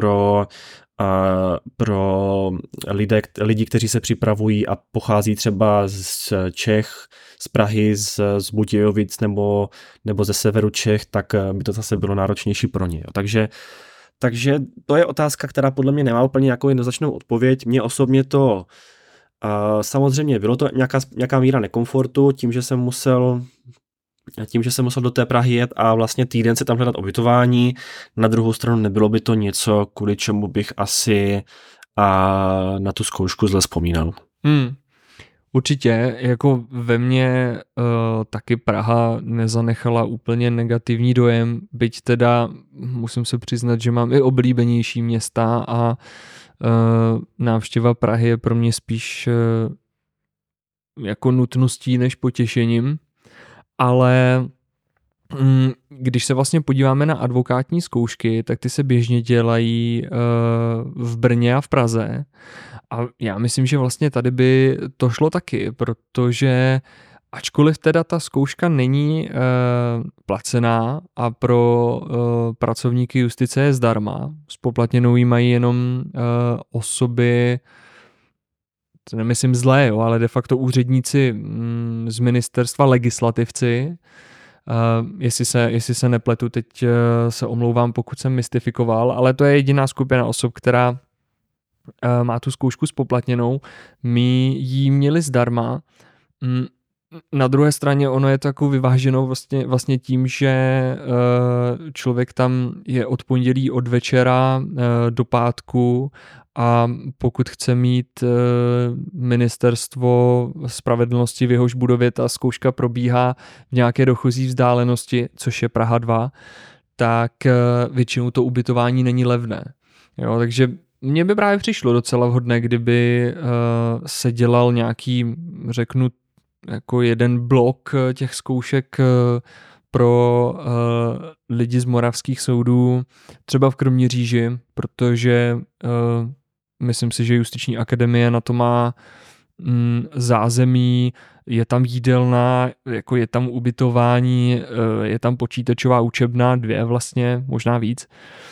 pro lidi, kteří se připravují a pochází třeba z Čech, z Prahy, z Budějovic nebo ze severu Čech, tak by to zase bylo náročnější pro ně. Jo. Takže to je otázka, která podle mě nemá úplně nějakou jednoznačnou odpověď. Mně osobně to samozřejmě bylo to nějaká míra nekomfortu tím, že jsem musel do té Prahy jet a vlastně týden se tam hledat ubytování. Na druhou stranu nebylo by to něco, kvůli čemu bych asi na tu zkoušku zle vzpomínal. Určitě, jako ve mně taky Praha nezanechala úplně negativní dojem, byť teda musím se přiznat, že mám i oblíbenější města a návštěva Prahy je pro mě spíš jako nutností než potěšením, ale když se vlastně podíváme na advokátní zkoušky, tak ty se běžně dělají v Brně a v Praze a já myslím, že vlastně tady by to šlo taky, protože Ačkoliv teda ta zkouška není placená a pro pracovníky justice je zdarma, spoplatněnou ji mají jenom osoby, to nemyslím zlé, jo, ale de facto úředníci z ministerstva, legislativci. Jestli se nepletu, teď se omlouvám, pokud jsem mystifikoval, ale to je jediná skupina osob, která má tu zkoušku spoplatněnou. My ji měli zdarma. Na druhé straně ono je to jako vyváženo vlastně tím, že člověk tam je od pondělí od večera do pátku a pokud chce mít ministerstvo spravedlnosti v jehož budově ta zkouška probíhá v nějaké dochozí vzdálenosti, což je Praha 2, tak většinou to ubytování není levné. Jo, takže mně by právě přišlo docela vhodné, kdyby se dělal nějaký, řeknu, jako jeden blok těch zkoušek pro lidi z moravských soudů, třeba v Kroměříži, protože myslím si, že Justiční akademie na to má zázemí, je tam jídelna, jako je tam ubytování, je tam počítačová učebna, 2 vlastně, možná víc.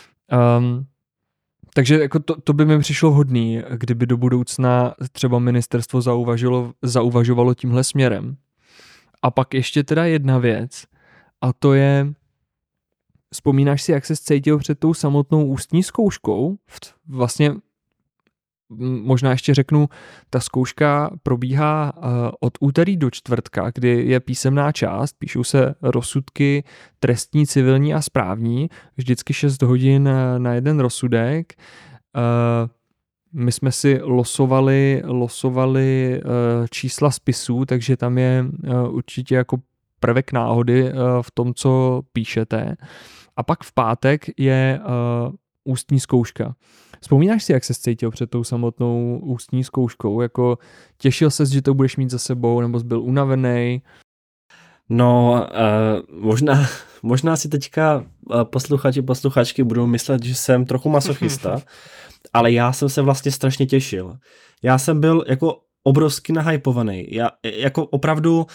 Takže jako to by mi přišlo vhodný, kdyby do budoucna třeba ministerstvo zauvažovalo tímhle směrem. A pak ještě teda jedna věc, a to je, vzpomínáš si, jak se cítil před tou samotnou ústní zkouškou? Vlastně možná ještě řeknu, ta zkouška probíhá od úterý do čtvrtka, kdy je písemná část, píšou se rozsudky trestní, civilní a správní, vždycky 6 hodin na jeden rozsudek. My jsme si losovali čísla spisů, takže tam je určitě jako prvek náhody v tom, co píšete. A pak v pátek je ústní zkouška. Vzpomínáš si, jak se cítil před tou samotnou ústní zkouškou? Jako těšil ses, že to budeš mít za sebou, nebo jsi byl unavený? No, možná si teďka posluchačky budou myslet, že jsem trochu masochista, ale já jsem se vlastně strašně těšil. Já jsem byl jako obrovsky nahypovaný. Já jako opravdu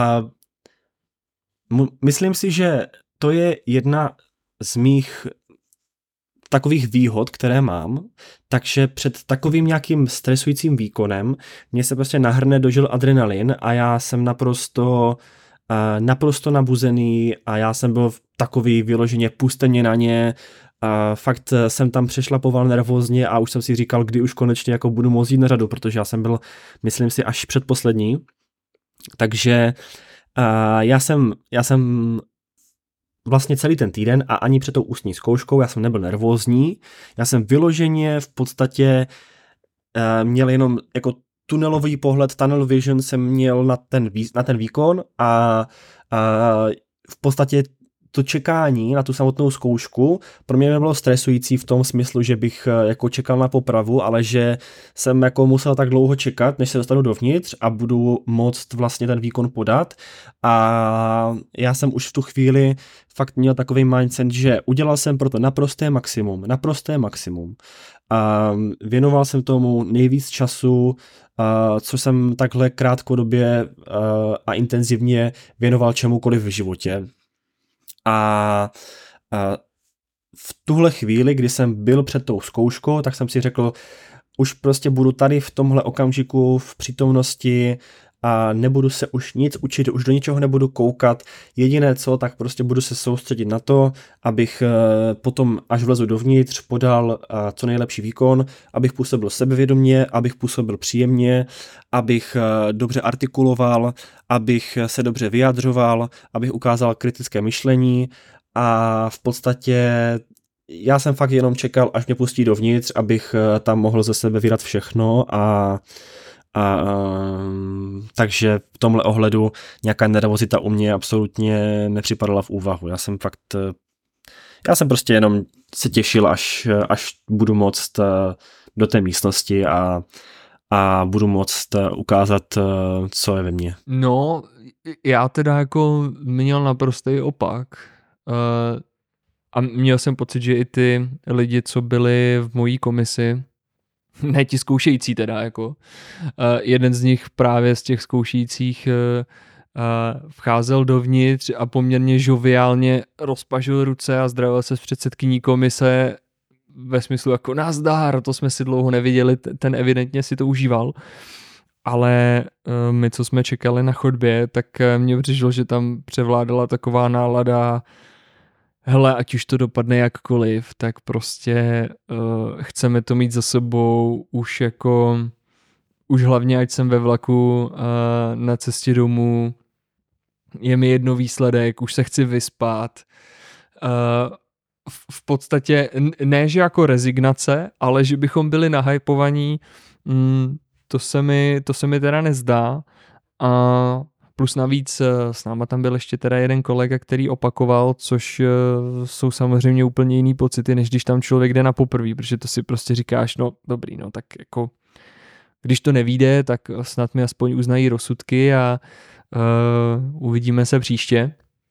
myslím si, že to je jedna z mých takových výhod, které mám, takže před takovým nějakým stresujícím výkonem mě se prostě nahrne do žil adrenalin a já jsem naprosto nabuzený a já jsem byl takový vyloženě pusteně na ně. Fakt jsem tam přešlapoval nervózně a už jsem si říkal, kdy už konečně jako budu moct jít na řadu, protože já jsem byl, myslím si, až předposlední. Takže já jsem vlastně celý ten týden a ani před tou ústní zkouškou já jsem nebyl nervózní, já jsem vyloženě v podstatě měl jenom jako tunelový pohled, tunnel vision jsem měl na ten výkon a v podstatě to čekání na tu samotnou zkoušku pro mě nebylo stresující v tom smyslu, že bych jako čekal na popravu, ale že jsem jako musel tak dlouho čekat, než se dostanu dovnitř a budu moct vlastně ten výkon podat. A já jsem už v tu chvíli fakt měl takový mindset, že udělal jsem pro to naprosté maximum. A věnoval jsem tomu nejvíc času, co jsem takhle krátkodobě a intenzivně věnoval čemukoliv v životě. A v tuhle chvíli, kdy jsem byl před tou zkouškou, tak jsem si řekl, už prostě budu tady v tomhle okamžiku v přítomnosti a nebudu se už nic učit, už do ničeho nebudu koukat. Jediné co, tak prostě budu se soustředit na to, abych potom, až vlezu dovnitř, podal co nejlepší výkon, abych působil sebevědomě, abych působil příjemně, abych dobře artikuloval, abych se dobře vyjadřoval, abych ukázal kritické myšlení a v podstatě já jsem fakt jenom čekal, až mě pustí dovnitř, abych tam mohl ze sebe vydat všechno takže v tomhle ohledu nějaká nervozita u mě absolutně nepřipadala v úvahu. Já jsem prostě jenom se těšil, až budu moct do té místnosti a budu moct ukázat, co je ve mně. No, já teda jako měl naprostý opak. A měl jsem pocit, že i ty lidi, co byli v mojí komisi, ne ti zkoušející teda, jako jeden z nich právě z těch zkoušejících vcházel dovnitř a poměrně žoviálně rozpažil ruce a zdravil se s předsedkyní komise ve smyslu jako nazdar, to jsme si dlouho neviděli, ten evidentně si to užíval. Ale my, co jsme čekali na chodbě, tak mně přišlo, že tam převládala taková nálada, hele, ať už to dopadne jakkoliv, tak prostě chceme to mít za sebou už hlavně, ať jsem ve vlaku na cestě domů, je mi jedno výsledek, už se chci vyspat. V podstatě ne, že jako rezignace, ale že bychom byli nahypovaní, to se mi teda nezdá. A plus navíc s náma tam byl ještě teda jeden kolega, který opakoval, což jsou samozřejmě úplně jiný pocity, než když tam člověk jde na poprví, protože to si prostě říkáš, no dobrý, no tak jako když to nevyjde, tak snad mi aspoň uznají rozsudky a uvidíme se příště.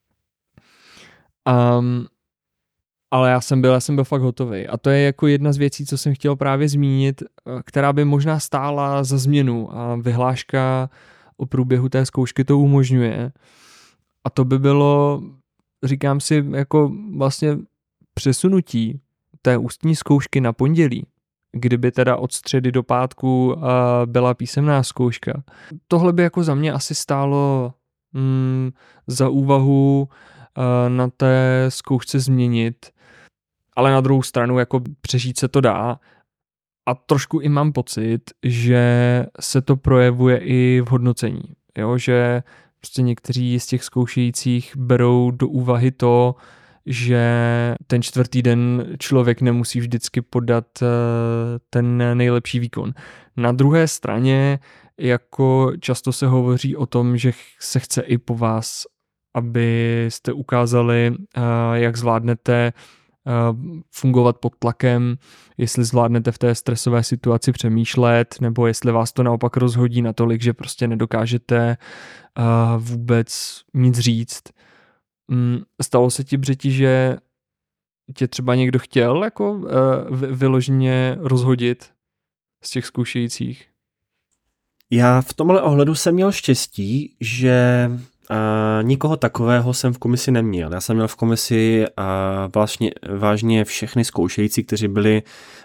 Ale já jsem byl fakt hotový. A to je jako jedna z věcí, co jsem chtěl právě zmínit, která by možná stála za změnu a vyhláška o průběhu té zkoušky to umožňuje. A to by bylo, říkám si, jako vlastně přesunutí té ústní zkoušky na pondělí, kdyby teda od středy do pátku byla písemná zkouška. Tohle by jako za mě asi stálo za úvahu na té zkoušce změnit, ale na druhou stranu jako přežít se to dá a trošku i mám pocit, že se to projevuje i v hodnocení, jo? Že prostě někteří z těch zkoušejících berou do úvahy to, že ten čtvrtý den člověk nemusí vždycky podat ten nejlepší výkon. Na druhé straně jako často se hovoří o tom, že se chce i po vás, abyste ukázali, jak zvládnete fungovat pod tlakem, jestli zvládnete v té stresové situaci přemýšlet, nebo jestli vás to naopak rozhodí natolik, že prostě nedokážete vůbec nic říct. Stalo se ti, Břeti, že tě třeba někdo chtěl jako vyloženě rozhodit z těch zkoušejících? Já v tomhle ohledu jsem měl štěstí, že nikoho takového jsem v komisi neměl. Já jsem měl v komisi vlastně vážně všechny zkoušející, kteří byli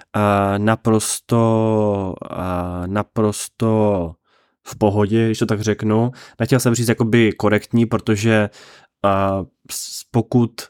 naprosto v pohodě, když to tak řeknu. Nechtěl jsem říct jakoby korektní, protože pokud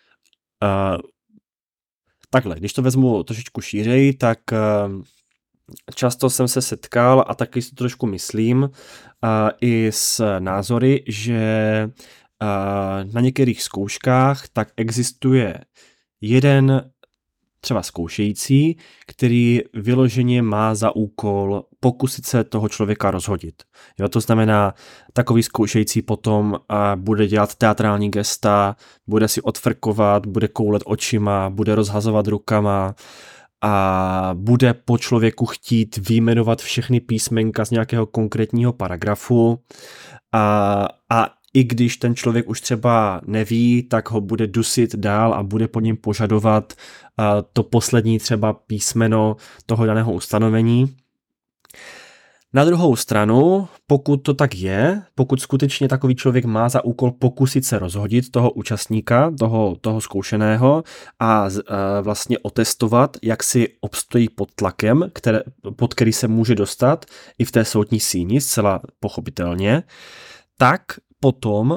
takhle, když to vezmu trošičku šířej, tak často jsem se setkal a taky si to trošku myslím i s názory, že na některých zkouškách tak existuje jeden třeba zkoušející, který vyloženě má za úkol pokusit se toho člověka rozhodit. Jo, to znamená, takový zkoušející potom bude dělat teatrální gesta, bude si odfrkovat, bude koulet očima, bude rozhazovat rukama a bude po člověku chtít vyjmenovat všechny písmenka z nějakého konkrétního paragrafu a i když ten člověk už třeba neví, tak ho bude dusit dál a bude po něm požadovat to poslední třeba písmeno toho daného ustanovení. Na druhou stranu, pokud to tak je, pokud skutečně takový člověk má za úkol pokusit se rozhodit toho účastníka, toho zkoušeného a vlastně otestovat, jak si obstojí pod tlakem, pod který se může dostat i v té soudní síni, zcela pochopitelně, tak potom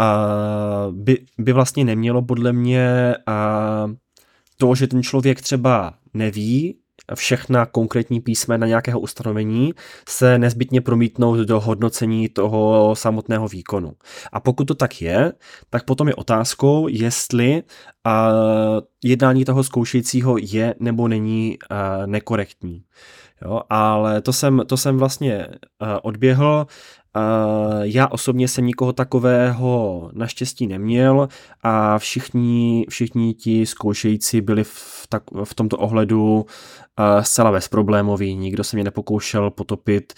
by vlastně nemělo podle mě to, že ten člověk třeba neví všechna konkrétní písmena nějakého ustanovení, se nezbytně promítnout do hodnocení toho samotného výkonu. A pokud to tak je, tak potom je otázkou, jestli jednání toho zkoušejícího je nebo není nekorektní. Jo, ale to jsem vlastně odběhl. Já osobně jsem nikoho takového naštěstí neměl a všichni ti zkoušející byli v tomto ohledu zcela bezproblémoví. Nikdo se mě nepokoušel potopit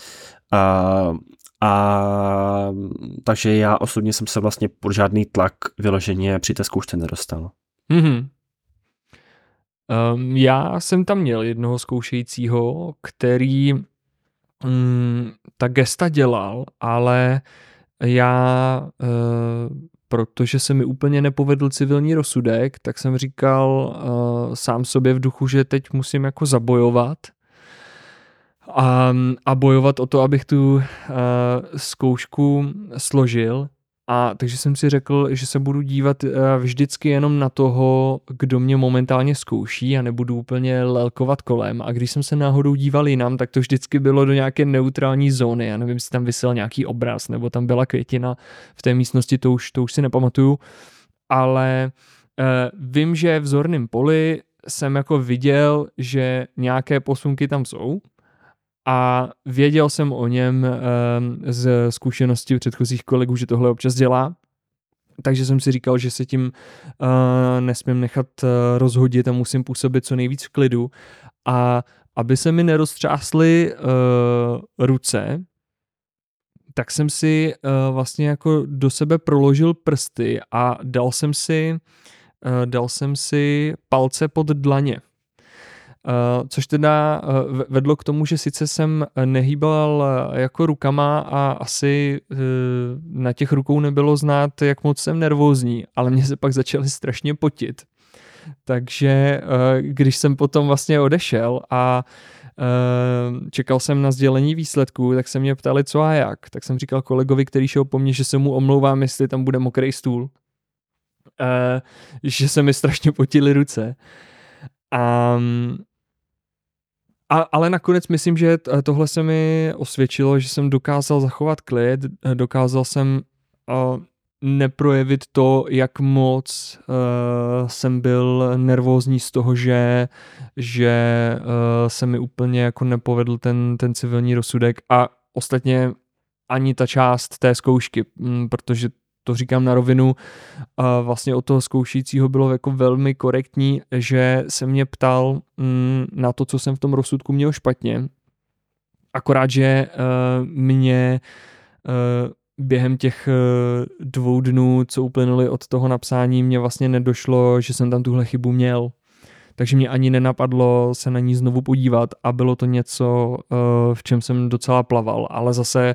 takže já osobně jsem se vlastně pod žádný tlak vyloženě při té zkoušce nedostal. Mm-hmm. Já jsem tam měl jednoho zkoušejícího, který ta gesta dělal, ale já, protože se mi úplně nepovedl civilní rozsudek, tak jsem říkal sám sobě v duchu, že teď musím jako zabojovat a bojovat o to, abych tu zkoušku složil. A takže jsem si řekl, že se budu dívat vždycky jenom na toho, kdo mě momentálně zkouší a nebudu úplně lelkovat kolem. A když jsem se náhodou díval jinam, tak to vždycky bylo do nějaké neutrální zóny. Já nevím, jestli tam visel nějaký obraz, nebo tam byla květina v té místnosti, to už si nepamatuju. Ale vím, že v zorném poli jsem jako viděl, že nějaké posunky tam jsou. A věděl jsem o něm z zkušeností předchozích kolegů, že tohle občas dělá. Takže jsem si říkal, že se tím nesmím nechat rozhodit a musím působit co nejvíc v klidu. A aby se mi neroztřásly ruce, tak jsem si vlastně jako do sebe proložil prsty a dal jsem si palce pod dlaně. Což teda vedlo k tomu, že sice jsem nehýbal jako rukama a asi na těch rukou nebylo znát, jak moc jsem nervózní, ale mě se pak začaly strašně potit. Takže když jsem potom vlastně odešel a čekal jsem na sdělení výsledků, tak se mě ptali co a jak. Tak jsem říkal kolegovi, který šel po mně, že se mu omlouvám, jestli tam bude mokrý stůl. Že se mi strašně potily ruce. Ale nakonec myslím, že tohle se mi osvědčilo, že jsem dokázal zachovat klid, dokázal jsem neprojevit to, jak moc jsem byl nervózní z toho, že se mi úplně jako nepovedl ten civilní rozsudek a ostatně ani ta část té zkoušky, protože to říkám na rovinu, vlastně od toho zkoušejícího bylo jako velmi korektní, že se mě ptal na to, co jsem v tom rozsudku měl špatně. Akorát, že mě během těch 2 dnů, co uplynuly od toho napsání, mě vlastně nedošlo, že jsem tam tuhle chybu měl. Takže mě ani nenapadlo se na ní znovu podívat a bylo to něco, v čem jsem docela plaval. Ale zase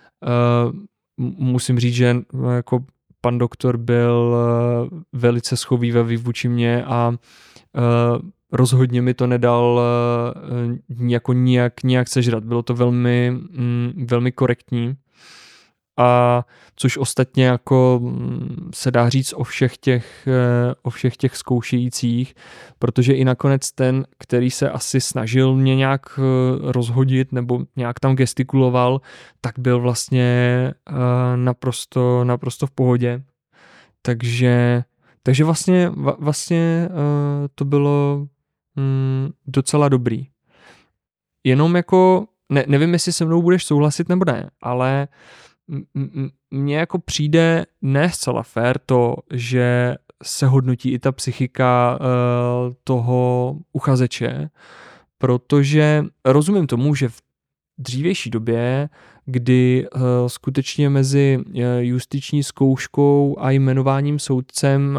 musím říct, že jako pan doktor byl velice schovívavý vůči mě a rozhodně mi to nedal jako nijak sežrat. Bylo to velmi korektní. A což ostatně jako se dá říct o všech těch zkoušejících, protože i nakonec ten, který se asi snažil mě nějak rozhodit nebo nějak tam gestikuloval, tak byl vlastně naprosto v pohodě. Takže vlastně to bylo docela dobrý. Jenom jako, nevím, jestli se mnou budeš souhlasit nebo ne, ale mně jako přijde ne zcela fér to, že se hodnotí i ta psychika toho uchazeče, protože rozumím tomu, že v dřívější době, kdy skutečně mezi justiční zkouškou a jmenováním soudcem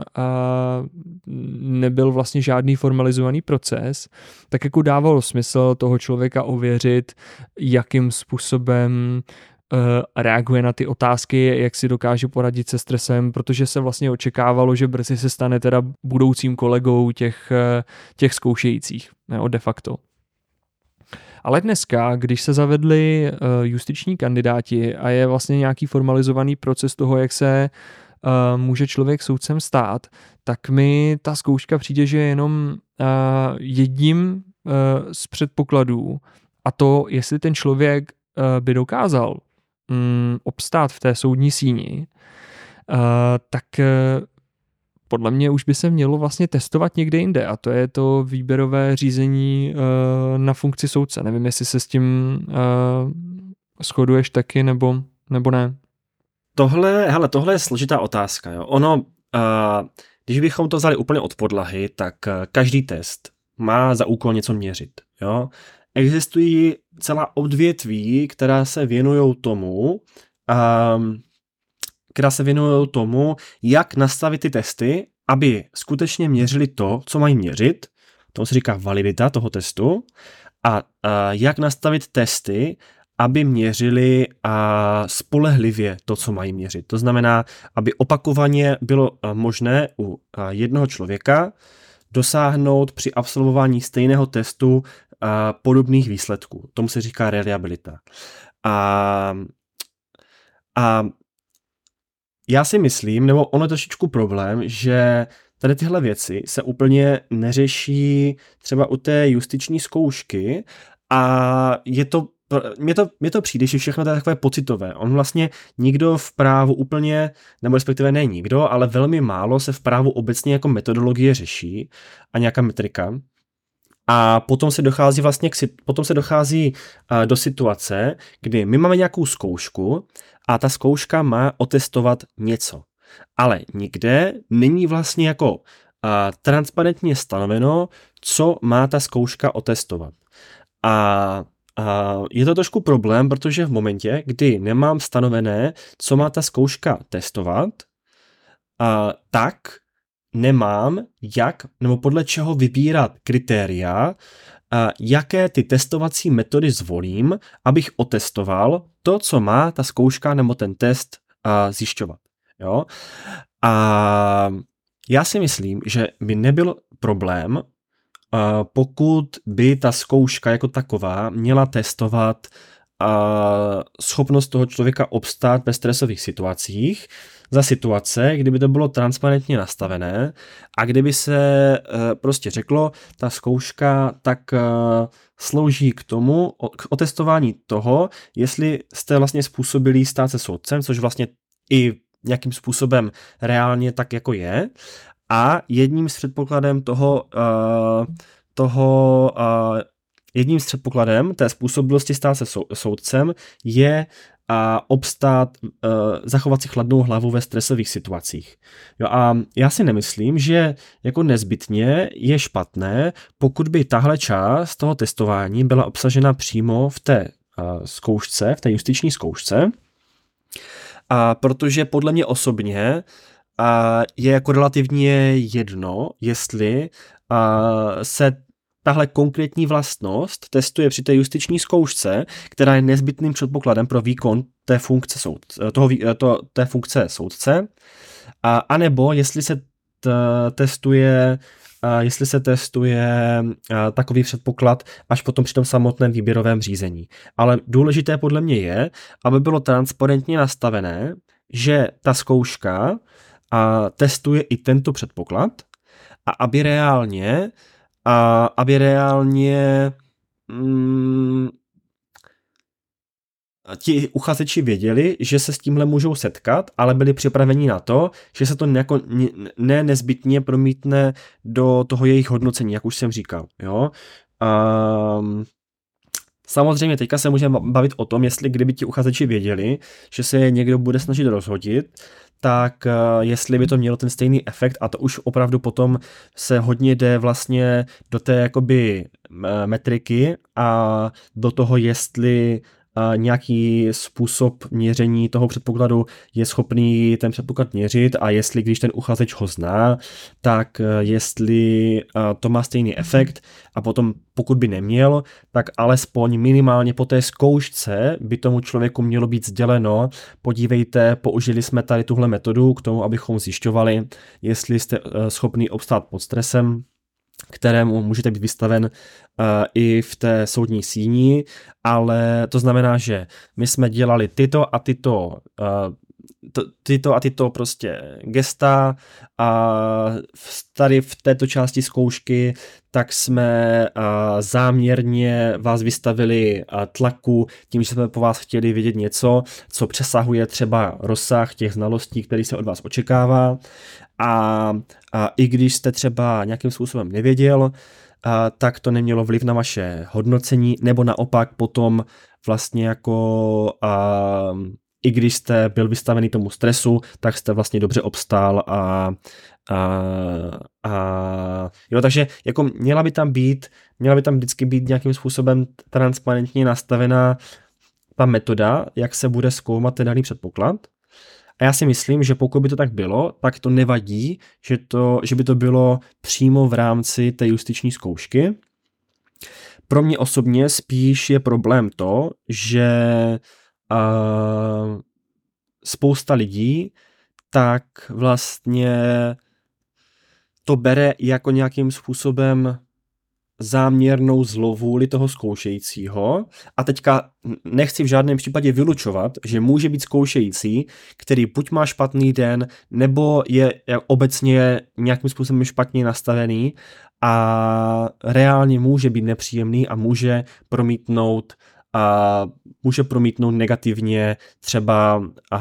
nebyl vlastně žádný formalizovaný proces, tak jako dávalo smysl toho člověka ověřit, jakým způsobem reaguje na ty otázky, jak si dokáže poradit se stresem, protože se vlastně očekávalo, že brzy se stane teda budoucím kolegou těch zkoušejících, de facto. Ale dneska, když se zavedli justiční kandidáti a je vlastně nějaký formalizovaný proces toho, jak se může člověk soudcem stát, tak mi ta zkouška přijde, že je jenom jedním z předpokladů a to, jestli ten člověk by dokázal obstát v té soudní síni, tak podle mě už by se mělo vlastně testovat někde jinde a to je to výběrové řízení na funkci soudce. Nevím, jestli se s tím shoduješ taky nebo ne. Tohle je složitá otázka. Jo. Ono, když bychom to vzali úplně od podlahy, tak každý test má za úkol něco měřit. Jo. Existují celá odvětví, která se věnují tomu, jak nastavit ty testy, aby skutečně měřili to, co mají měřit. To se říká validita toho testu. A jak nastavit testy, aby měřili spolehlivě to, co mají měřit. To znamená, aby opakovaně bylo možné u jednoho člověka dosáhnout při absolvování stejného testu podobných výsledků. Tomu se říká reliabilita. A já si myslím, nebo ono je trošičku problém, že tady tyhle věci se úplně neřeší třeba u té justiční zkoušky a mně to přijde, že všechno to je takové pocitové. On vlastně nikdo v právu úplně, nebo respektive ne nikdo, ale velmi málo se v právu obecně jako metodologie řeší a nějaká metrika. A potom se dochází do situace, kdy my máme nějakou zkoušku a ta zkouška má otestovat něco. Ale nikde není vlastně jako transparentně stanoveno, co má ta zkouška otestovat. A je to trošku problém, protože v momentě, kdy nemám stanovené, co má ta zkouška testovat, tak nemám jak nebo podle čeho vybírat kritéria, jaké ty testovací metody zvolím, abych otestoval to, co má ta zkouška nebo ten test zjišťovat. Jo? A já si myslím, že by nebyl problém, pokud by ta zkouška jako taková měla testovat schopnost toho člověka obstát ve stresových situacích za situace, kdyby to bylo transparentně nastavené a kdyby se prostě řeklo, ta zkouška tak slouží k tomu, k otestování toho, jestli jste vlastně způsobili stát se soudcem, což vlastně i nějakým způsobem reálně tak jako je. A jedním z předpokladem té způsobilosti stát se soudcem je obstát, zachovat si chladnou hlavu ve stresových situacích. Jo, a já si nemyslím, že jako nezbytně je špatné, pokud by tahle část toho testování byla obsažena přímo v té zkoušce, v té justiční zkoušce, protože podle mě osobně je jako relativně jedno, jestli se tahle konkrétní vlastnost testuje při té justiční zkoušce, která je nezbytným předpokladem pro výkon té funkce soudce, anebo jestli se testuje takový předpoklad až potom při tom samotném výběrovém řízení. Ale důležité podle mě je, aby bylo transparentně nastavené, že ta zkouška testuje i tento předpoklad a aby reálně ti uchazeči věděli, že se s tímhle můžou setkat, ale byli připraveni na to, že se to nezbytně promítne do toho jejich hodnocení, jak už jsem říkal. Jo? Samozřejmě teďka se můžeme bavit o tom, jestli kdyby ti uchazeči věděli, že se je někdo bude snažit rozhodit, tak jestli by to mělo ten stejný efekt, a to už opravdu potom se hodně jde vlastně do té jakoby metriky a do toho, jestli nějaký způsob měření toho předpokladu je schopný ten předpoklad měřit a jestli, když ten uchazeč ho zná, tak jestli to má stejný efekt a potom, pokud by neměl, tak alespoň minimálně po té zkoušce by tomu člověku mělo být sděleno, podívejte, použili jsme tady tuhle metodu k tomu, abychom zjišťovali, jestli jste schopný obstát pod stresem, kterému můžete být vystaven i v té soudní síni, ale to znamená, že my jsme dělali tyto a tyto prostě gesta a tady v této části zkoušky tak jsme záměrně vás vystavili tlaku tím, že jsme po vás chtěli vědět něco, co přesahuje třeba rozsah těch znalostí, který se od vás očekává a i když jste třeba nějakým způsobem nevěděl, tak to nemělo vliv na vaše hodnocení, nebo naopak potom vlastně jako i když jste byl vystavený tomu stresu, tak jste vlastně dobře obstál jo, takže jako měla by tam vždycky být nějakým způsobem transparentně nastavená ta metoda, jak se bude zkoumat ten daný předpoklad. A já si myslím, že pokud by to tak bylo, tak to nevadí, že by to bylo přímo v rámci té justiční zkoušky, pro mě osobně spíš je problém to, že spousta lidí tak vlastně to bere jako nějakým způsobem záměrnou zlovůli toho zkoušejícího a teďka nechci v žádném případě vylučovat, že může být zkoušející, který buď má špatný den, nebo je obecně nějakým způsobem špatně nastavený a reálně může být nepříjemný a může promítnout negativně třeba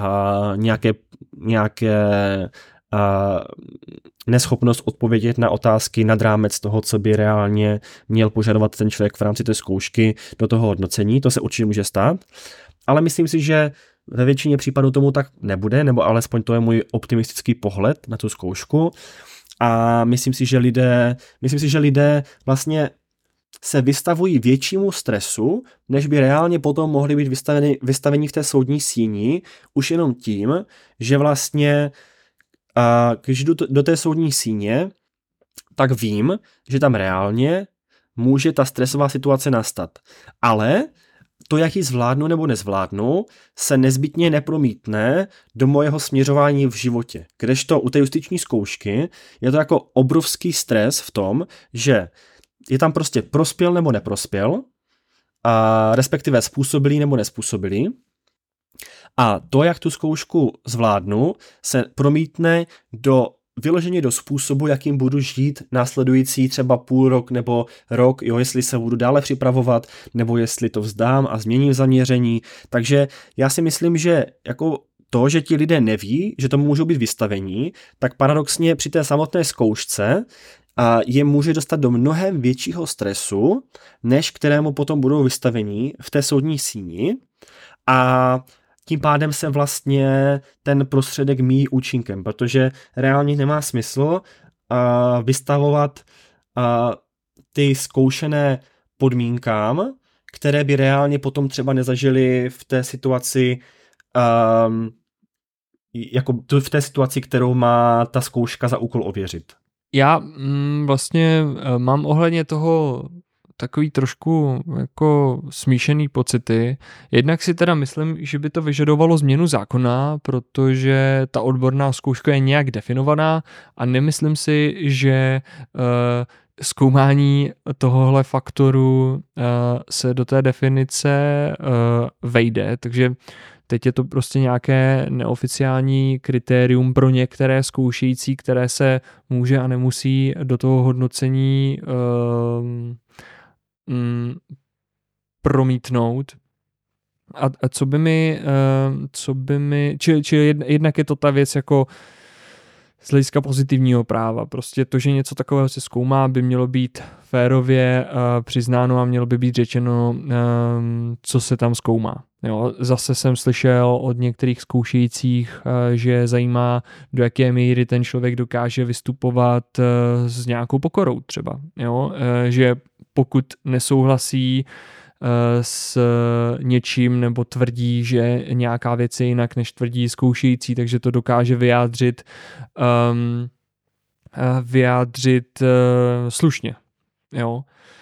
nějaké neschopnost odpovědět na otázky nad rámec toho, co by reálně měl požadovat ten člověk v rámci té zkoušky do toho hodnocení. To se určitě může stát, ale myslím si, že ve většině případů tomu tak nebude, nebo alespoň to je můj optimistický pohled na tu zkoušku a myslím si, že lidé vlastně se vystavují většímu stresu, než by reálně potom mohli být vystaveni v té soudní síni, už jenom tím, že vlastně když jdu do té soudní síně, tak vím, že tam reálně může ta stresová situace nastat. Ale to, jak ji zvládnu nebo nezvládnu, se nezbytně nepromítne do mojeho směřování v životě. Kdežto u té justiční zkoušky je to jako obrovský stres v tom, že je tam prostě prospěl nebo neprospěl, respektive způsobilý nebo nespůsobilý. A to, jak tu zkoušku zvládnu, se promítne vyloženě do způsobu, jakým budu žít následující třeba půl rok nebo rok, jestli se budu dále připravovat, nebo jestli to vzdám a změním zaměření. Takže já si myslím, že jako to, že ti lidé neví, že tomu můžou být vystavení, tak paradoxně při té samotné zkoušce je může dostat do mnohem většího stresu, než kterému potom budou vystavení v té soudní síni a tím pádem se vlastně ten prostředek míjí účinkem, protože reálně nemá smysl vystavovat ty zkoušené podmínkám, které by reálně potom třeba nezažili v té situaci, v té situaci, kterou má ta zkouška za úkol ověřit. Já vlastně mám ohledně toho takový trošku jako smíšený pocity. Jednak si teda myslím, že by to vyžadovalo změnu zákona, protože ta odborná zkouška je nějak definovaná a nemyslím si, že zkoumání tohohle faktoru se do té definice vejde, takže teď je to prostě nějaké neoficiální kritérium pro některé zkoušející, které se může a nemusí do toho hodnocení promítnout. A co by mi, jednak je to ta věc jako z hlediska pozitivního práva. Prostě to, že něco takového se zkoumá, by mělo být férově přiznáno a mělo by být řečeno, co se tam zkoumá. Jo, zase jsem slyšel od některých zkoušejících, že zajímá, do jaké míry ten člověk dokáže vystupovat s nějakou pokorou třeba. Jo, že pokud nesouhlasí s něčím nebo tvrdí, že nějaká věc je jinak, než tvrdí zkoušející, takže to dokáže vyjádřit slušně. Jo.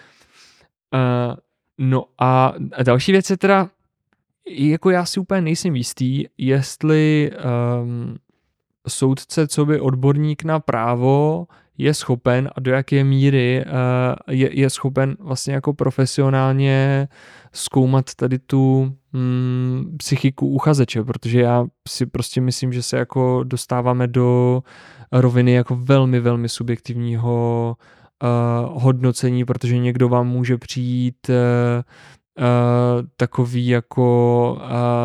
No a další věc je teda, jako já si úplně nejsem jistý, jestli soudce, co by odborník na právo, je schopen a do jaké míry je schopen vlastně jako profesionálně zkoumat tady tu psychiku uchazeče, protože já si prostě myslím, že se jako dostáváme do roviny jako velmi, velmi subjektivního hodnocení, protože někdo vám může přijít takový jako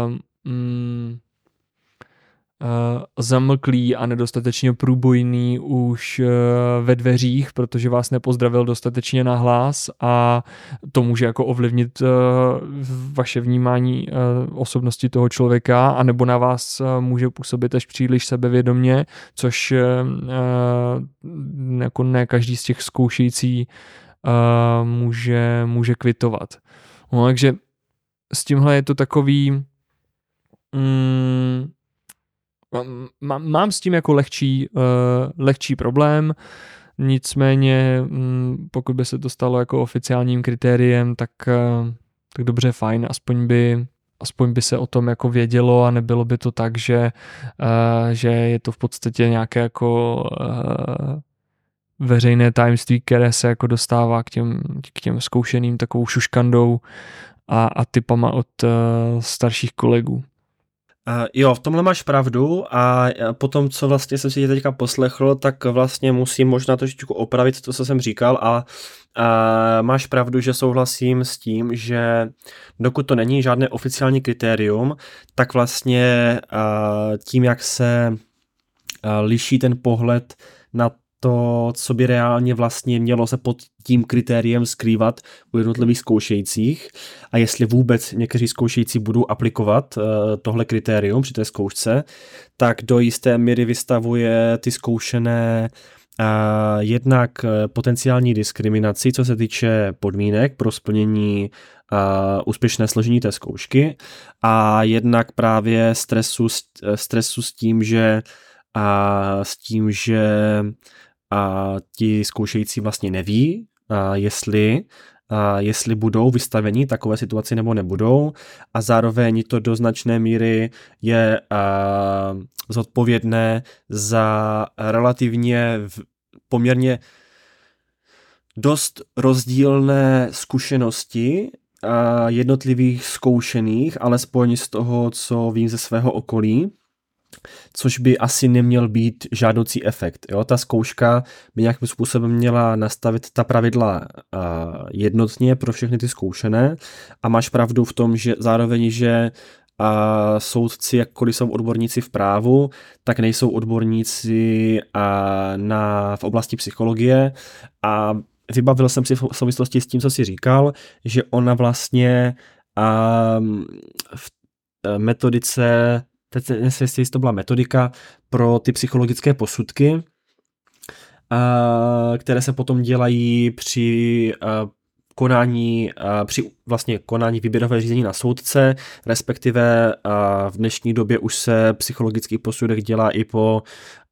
zamlklý a nedostatečně průbojný už ve dveřích, protože vás nepozdravil dostatečně nahlas a to může jako ovlivnit vaše vnímání osobnosti toho člověka, anebo na vás může působit až příliš sebevědomně, což jako ne každý z těch zkoušející může kvitovat. No, takže s tímhle je to takový mám s tím jako lehčí problém. Nicméně, pokud by se to stalo jako oficiálním kritériem, tak dobře, fajn, aspoň by se o tom jako vědělo a nebylo by to tak, že je to v podstatě nějaké jako veřejné tajemství, které se jako dostává k těm zkoušeným takovou šuškandou a tipama od starších kolegů. Jo, v tomhle máš pravdu a potom, co vlastně jsem si teďka poslechl, tak vlastně musím možná trošičku opravit to, co jsem říkal a máš pravdu, že souhlasím s tím, že dokud to není žádné oficiální kritérium, tak vlastně tím, jak se liší ten pohled na to, co by reálně vlastně mělo se pod tím kritériem skrývat u jednotlivých zkoušejících a jestli vůbec někteří zkoušející budou aplikovat tohle kritérium při té zkoušce, tak do jisté míry vystavuje ty zkoušené jednak potenciální diskriminaci, co se týče podmínek pro splnění úspěšné složení té zkoušky a jednak právě stresu s tím, že ti zkoušející vlastně neví, jestli budou vystaveni takové situaci nebo nebudou a zároveň to do značné míry je zodpovědné za relativně poměrně dost rozdílné zkušenosti jednotlivých zkoušených, alespoň z toho, co vím ze svého okolí, což by asi neměl být žádoucí efekt. Jo? Ta zkouška by nějakým způsobem měla nastavit ta pravidla jednotně pro všechny ty zkoušené a máš pravdu v tom, že zároveň, že soudci, jakkoliv jsou odborníci v právu, tak nejsou odborníci v oblasti psychologie a vybavil jsem si v souvislosti s tím, co jsi říkal, že ona vlastně v metodice, teď nevím, jestli to byla metodika pro ty psychologické posudky, které se potom dělají při konání výběrové řízení na soudce, respektive v dnešní době už se psychologický posudek dělá i po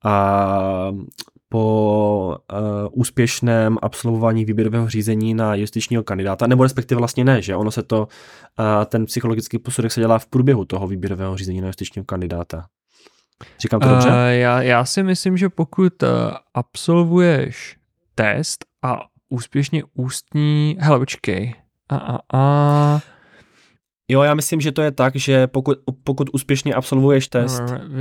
úspěšném absolvování výběrového řízení na justičního kandidáta, nebo respektive vlastně ne, že ono se ten psychologický posudek se dělá v průběhu toho výběrového řízení na justičního kandidáta. Říkám to dobře? Já si myslím, že pokud absolvuješ test a úspěšně ústní... Hele, počkej. Jo, já myslím, že to je tak, že pokud úspěšně absolvuješ test...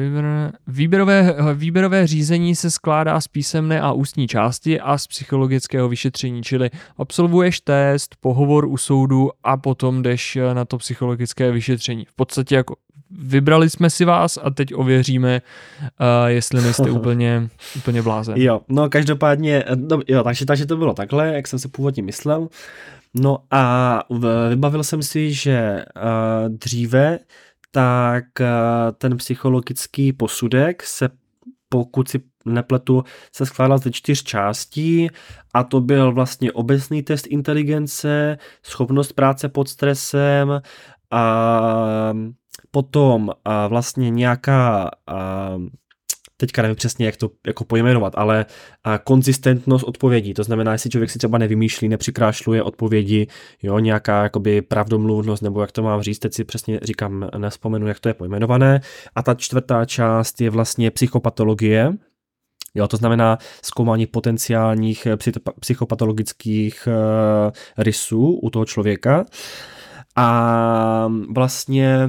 Výběrové řízení se skládá z písemné a ústní části a z psychologického vyšetření, čili absolvuješ test, pohovor u soudu a potom jdeš na to psychologické vyšetření. V podstatě jako vybrali jsme si vás a teď ověříme, jestli nejste úplně blázen. Jo, no každopádně, takže to bylo takhle, jak jsem si původně myslel. No a vybavil jsem si, že dříve tak ten psychologický posudek se, pokud si nepletu, se skládal ze 4 částí a to byl vlastně obecný test inteligence, schopnost práce pod stresem a potom vlastně nějaká teďka nevím přesně, jak to jako pojmenovat, ale konzistentnost odpovědí, to znamená, jestli člověk si třeba nevymýšlí, nepřikrášluje odpovědi, jo, nějaká jakoby pravdomluvnost, nebo jak to mám říct, teď si přesně říkám, nevzpomenu, jak to je pojmenované. A ta 4. část je vlastně psychopatologie, jo, to znamená zkoumání potenciálních psychopatologických rysů u toho člověka. A vlastně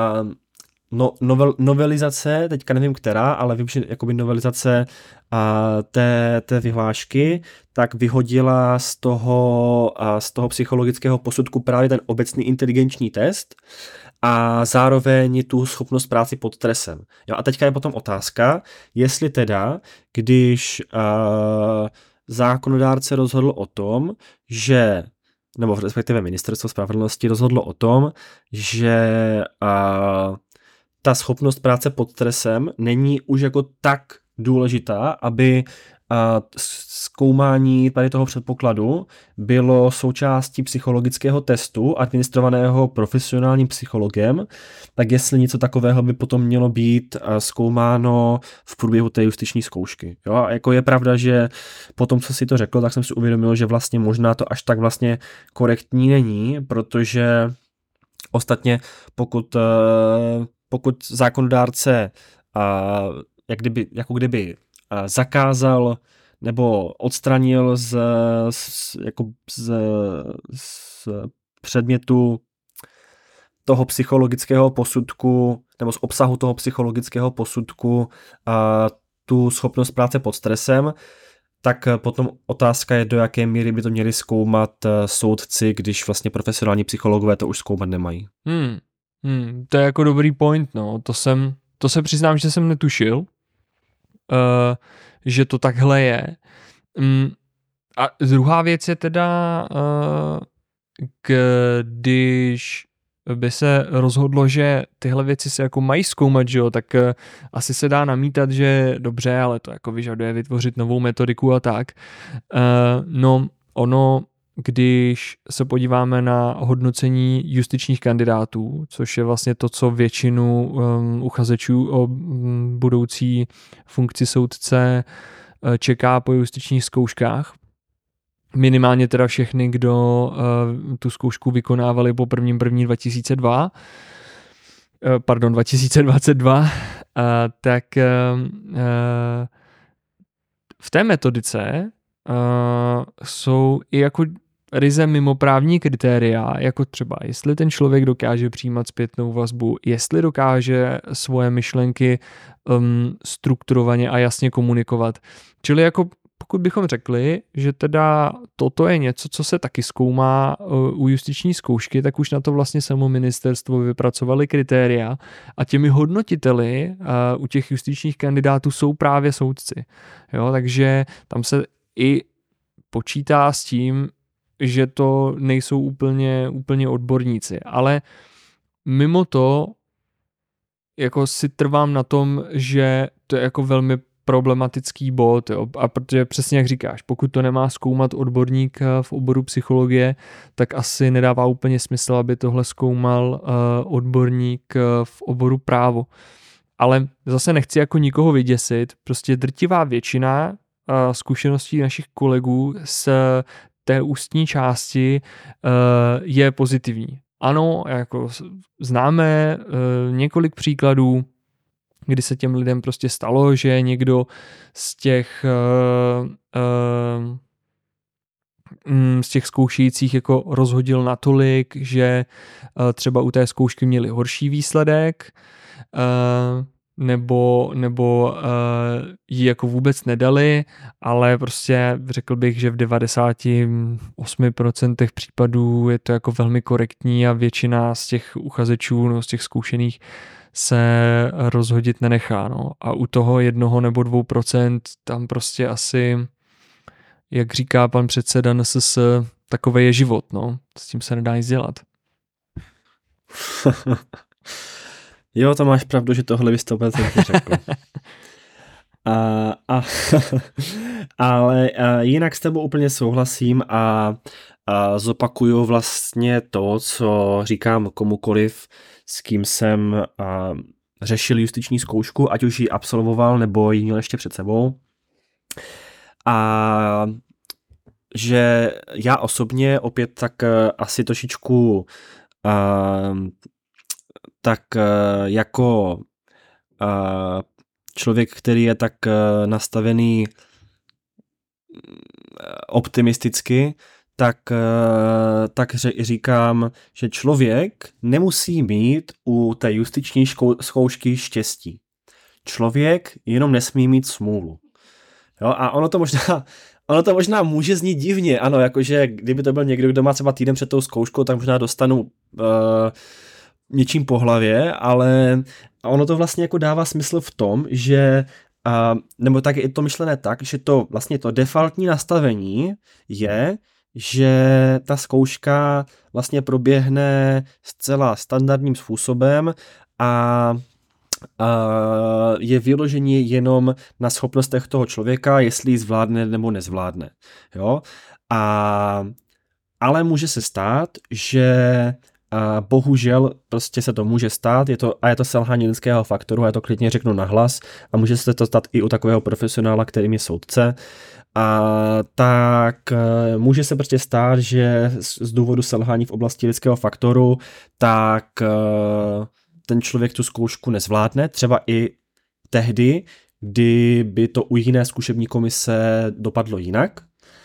novelizace, teďka nevím která, ale vím, že jakoby novelizace té vyhlášky, tak vyhodila z toho psychologického posudku právě ten obecný inteligenční test a zároveň tu schopnost práci pod stresem. Jo, a teďka je potom otázka, jestli teda, když zákonodárce rozhodl o tom, že nebo respektive ministerstvo spravedlnosti rozhodlo o tom, že ta schopnost práce pod stresem není už jako tak důležitá, aby zkoumání tady toho předpokladu bylo součástí psychologického testu administrovaného profesionálním psychologem, tak jestli něco takového by potom mělo být zkoumáno v průběhu té justiční zkoušky. Jo? A jako je pravda, že potom, co si to řekl, tak jsem si uvědomil, že vlastně možná to až tak vlastně korektní není, protože ostatně pokud zákonodárce jako kdyby zakázal nebo odstranil z předmětu toho psychologického posudku nebo z obsahu toho psychologického posudku tu schopnost práce pod stresem, tak potom otázka je, do jaké míry by to měli zkoumat soudci, když vlastně profesionální psychologové to už zkoumat nemají. To je jako dobrý point, no. To se přiznám, že jsem netušil, že to takhle je. A druhá věc je teda, když by se rozhodlo, že tyhle věci se jako mají zkoumat, že jo, tak asi se dá namítat, že dobře, ale to jako vyžaduje vytvořit novou metodiku a tak. No, ono, když se podíváme na hodnocení justičních kandidátů, což je vlastně to, co většinu uchazečů o budoucí funkci soudce čeká po justičních zkouškách, minimálně teda všechny, kdo tu zkoušku vykonávali po 1.1.2022, tak v té metodice jsou i jako ryze mimoprávní kritéria, jako třeba jestli ten člověk dokáže přijímat zpětnou vazbu, jestli dokáže svoje myšlenky strukturovaně a jasně komunikovat. Čili jako pokud bychom řekli, že teda toto je něco, co se taky zkoumá u justiční zkoušky, tak už na to vlastně samo ministerstvo vypracovali kritéria a těmi hodnotiteli u těch justičních kandidátů jsou právě soudci. Jo, takže tam se i počítá s tím, že to nejsou úplně odborníci, ale mimo to jako si trvám na tom, že to je jako velmi problematický bod, jo? A protože přesně jak říkáš, pokud to nemá zkoumat odborník v oboru psychologie, tak asi nedává úplně smysl, aby tohle zkoumal odborník v oboru právo. Ale zase nechci jako nikoho vyděsit, prostě drtivá většina zkušeností našich kolegů z té ústní části je pozitivní. Ano, jako známe několik příkladů, kdy se těm lidem prostě stalo, že někdo z těch zkoušejících jako rozhodil natolik, že třeba u té zkoušky měli horší výsledek, nebo ji jako vůbec nedali, ale prostě řekl bych, že v 98% případů je to jako velmi korektní a většina z těch uchazečů, no, z těch zkoušených se rozhodit nenechá. No. A u toho 1 nebo 2% tam prostě asi, jak říká pan předseda NSS, takové je život. No. S tím se nedá nic dělat. Jo, to máš pravdu, že tohle bys to řekl. Ale jinak s tebou úplně souhlasím a zopakuju vlastně to, co říkám komukoliv, s kým jsem řešil justiční zkoušku, ať už ji absolvoval, nebo ji měl ještě před sebou. A že já osobně opět tak asi trošičku jako člověk, který je tak nastavený optimisticky, tak říkám, že člověk nemusí mít u té justiční zkoušky štěstí. Člověk jenom nesmí mít smůlu. Jo, a ono to možná může znít divně, ano, jakože kdyby to byl někdo, kdo má třeba týden před tou zkouškou, tak možná dostanu něčím po hlavě, ale ono to vlastně jako dává smysl v tom, že nebo tak je to myšlené tak, že to vlastně to defaultní nastavení je, že ta zkouška vlastně proběhne zcela standardním způsobem a je vyloženě jenom na schopnostech toho člověka, jestli ji zvládne nebo nezvládne. Jo? Ale může se stát, že bohužel prostě se to může stát, je to selhání lidského faktoru, a já to klidně řeknu nahlas, a může se to stát i u takového profesionála, kterým je soudce. Tak může se prostě stát, že z důvodu selhání v oblasti lidského faktoru, tak ten člověk tu zkoušku nezvládne, třeba i tehdy, kdy by to u jiné zkušební komise dopadlo jinak.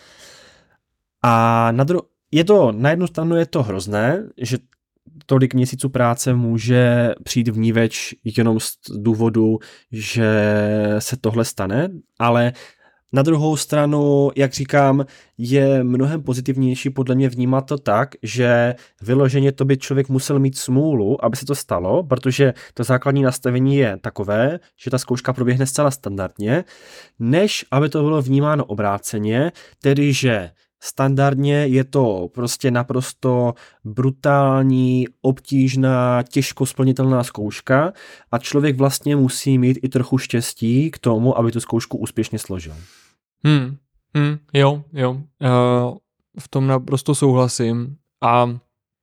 A na jednu stranu je to hrozné, že tolik měsíců práce může přijít vníveč jenom z důvodu, že se tohle stane, ale na druhou stranu, jak říkám, je mnohem pozitivnější podle mě vnímat to tak, že vyloženě to by člověk musel mít smůlu, aby se to stalo, protože to základní nastavení je takové, že ta zkouška proběhne zcela standardně, než aby to bylo vnímáno obráceně, tedy že standardně je to prostě naprosto brutální, obtížná, těžko splnitelná zkouška a člověk vlastně musí mít i trochu štěstí k tomu, aby tu zkoušku úspěšně složil. Jo. V tom naprosto souhlasím a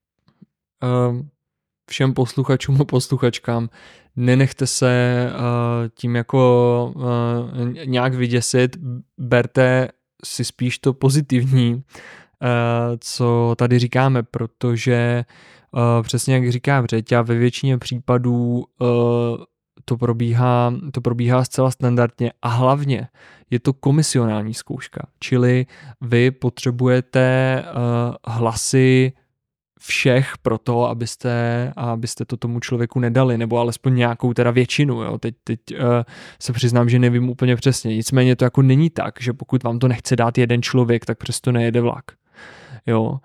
všem posluchačům a posluchačkám nenechte se tím jako nějak vyděsit, berte si spíš to pozitivní, co tady říkáme, protože přesně jak říká Vřeťa, ve většině případů to probíhá zcela standardně a hlavně je to komisionální zkouška, čili vy potřebujete hlasy všech pro to, abyste to tomu člověku nedali, nebo alespoň nějakou teda většinu. Jo. Teď se přiznám, že nevím úplně přesně. Nicméně to jako není tak, že pokud vám to nechce dát jeden člověk, tak přesto nejede vlak. Jo.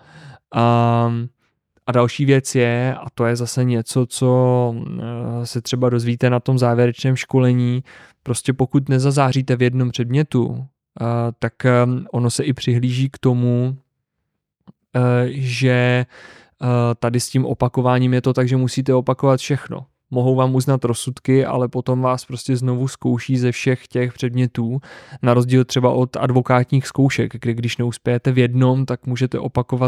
A další věc je, a to je zase něco, co se třeba dozvíte na tom závěrečném školení, prostě pokud nezazáříte v jednom předmětu, tak ono se i přihlíží k tomu, že tady s tím opakováním je to tak, že musíte opakovat všechno. Mohou vám uznat rozsudky, ale potom vás prostě znovu zkouší ze všech těch předmětů, na rozdíl třeba od advokátních zkoušek, kde když neuspějete v jednom, tak můžete opakovat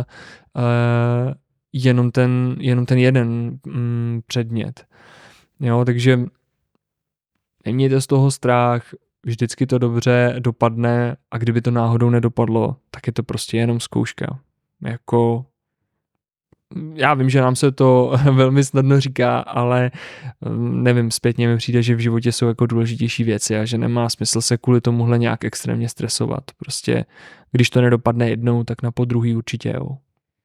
jenom ten jeden předmět. Jo, takže nemějte z toho strach, vždycky to dobře dopadne a kdyby to náhodou nedopadlo, tak je to prostě jenom zkouška. Jako já vím, že nám se to velmi snadno říká, ale nevím, zpětně mi přijde, že v životě jsou jako důležitější věci a že nemá smysl se kvůli tomuhle nějak extrémně stresovat. Prostě když to nedopadne jednou, tak na podruhý určitě jo.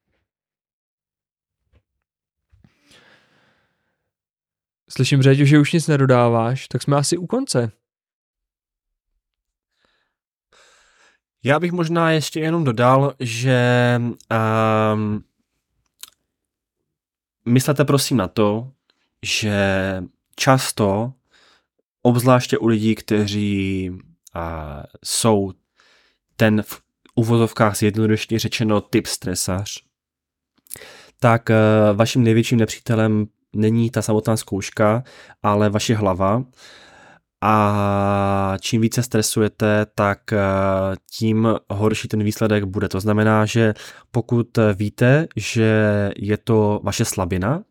Slyším, Řeťo, že už nic nedodáváš, tak jsme asi u konce. Já bych možná ještě jenom dodal, že myslete prosím na to, že často, obzvláště u lidí, kteří jsou ten v uvozovkách zjednodušeně řečeno typ stresař, tak vaším největším nepřítelem není ta samotná zkouška, ale vaše hlava. A čím více stresujete, tak tím horší ten výsledek bude. To znamená, že pokud víte, že je to vaše slabina,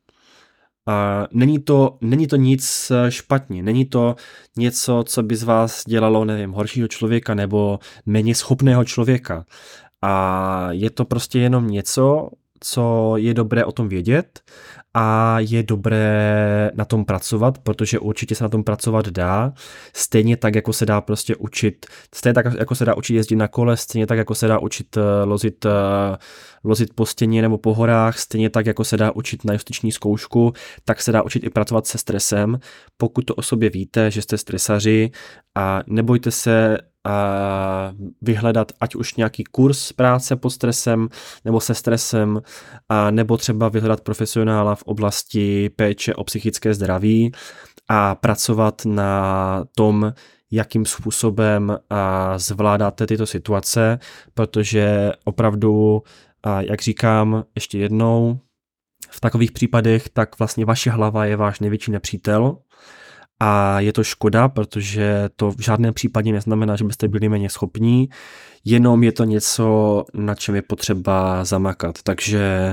není to nic špatně, není to něco, co by z vás dělalo, nevím, horšího člověka nebo méně schopného člověka. A je to prostě jenom něco, co je dobré o tom vědět a je dobré na tom pracovat, protože určitě se na tom pracovat dá, stejně tak, jako se dá prostě učit, stejně tak, jako se dá učit jezdit na kole, stejně tak, jako se dá učit lozit po stěně nebo po horách, stejně tak, jako se dá učit na justiční zkoušku, tak se dá učit i pracovat se stresem. Pokud to o sobě víte, že jste stresaři, a nebojte se vyhledat ať už nějaký kurz práce pod stresem nebo se stresem, nebo třeba vyhledat profesionála v oblasti péče o psychické zdraví a pracovat na tom, jakým způsobem zvládáte tyto situace, protože opravdu, jak říkám ještě jednou, v takových případech tak vlastně vaše hlava je váš největší nepřítel a je to škoda, protože to v žádném případě neznamená, že byste byli méně schopní, jenom je to něco, na čem je potřeba zamakat. Takže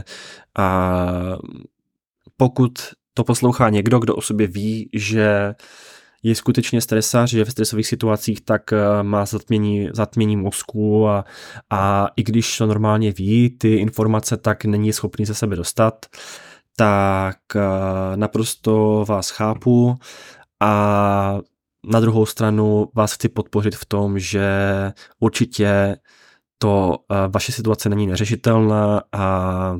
pokud to poslouchá někdo, kdo o sobě ví, že je skutečně stresař, že v stresových situacích tak má zatmění mozku a i když to normálně ví, ty informace tak není schopný ze sebe dostat, tak naprosto vás chápu a na druhou stranu vás chci podpořit v tom, že určitě to vaše situace není neřešitelná a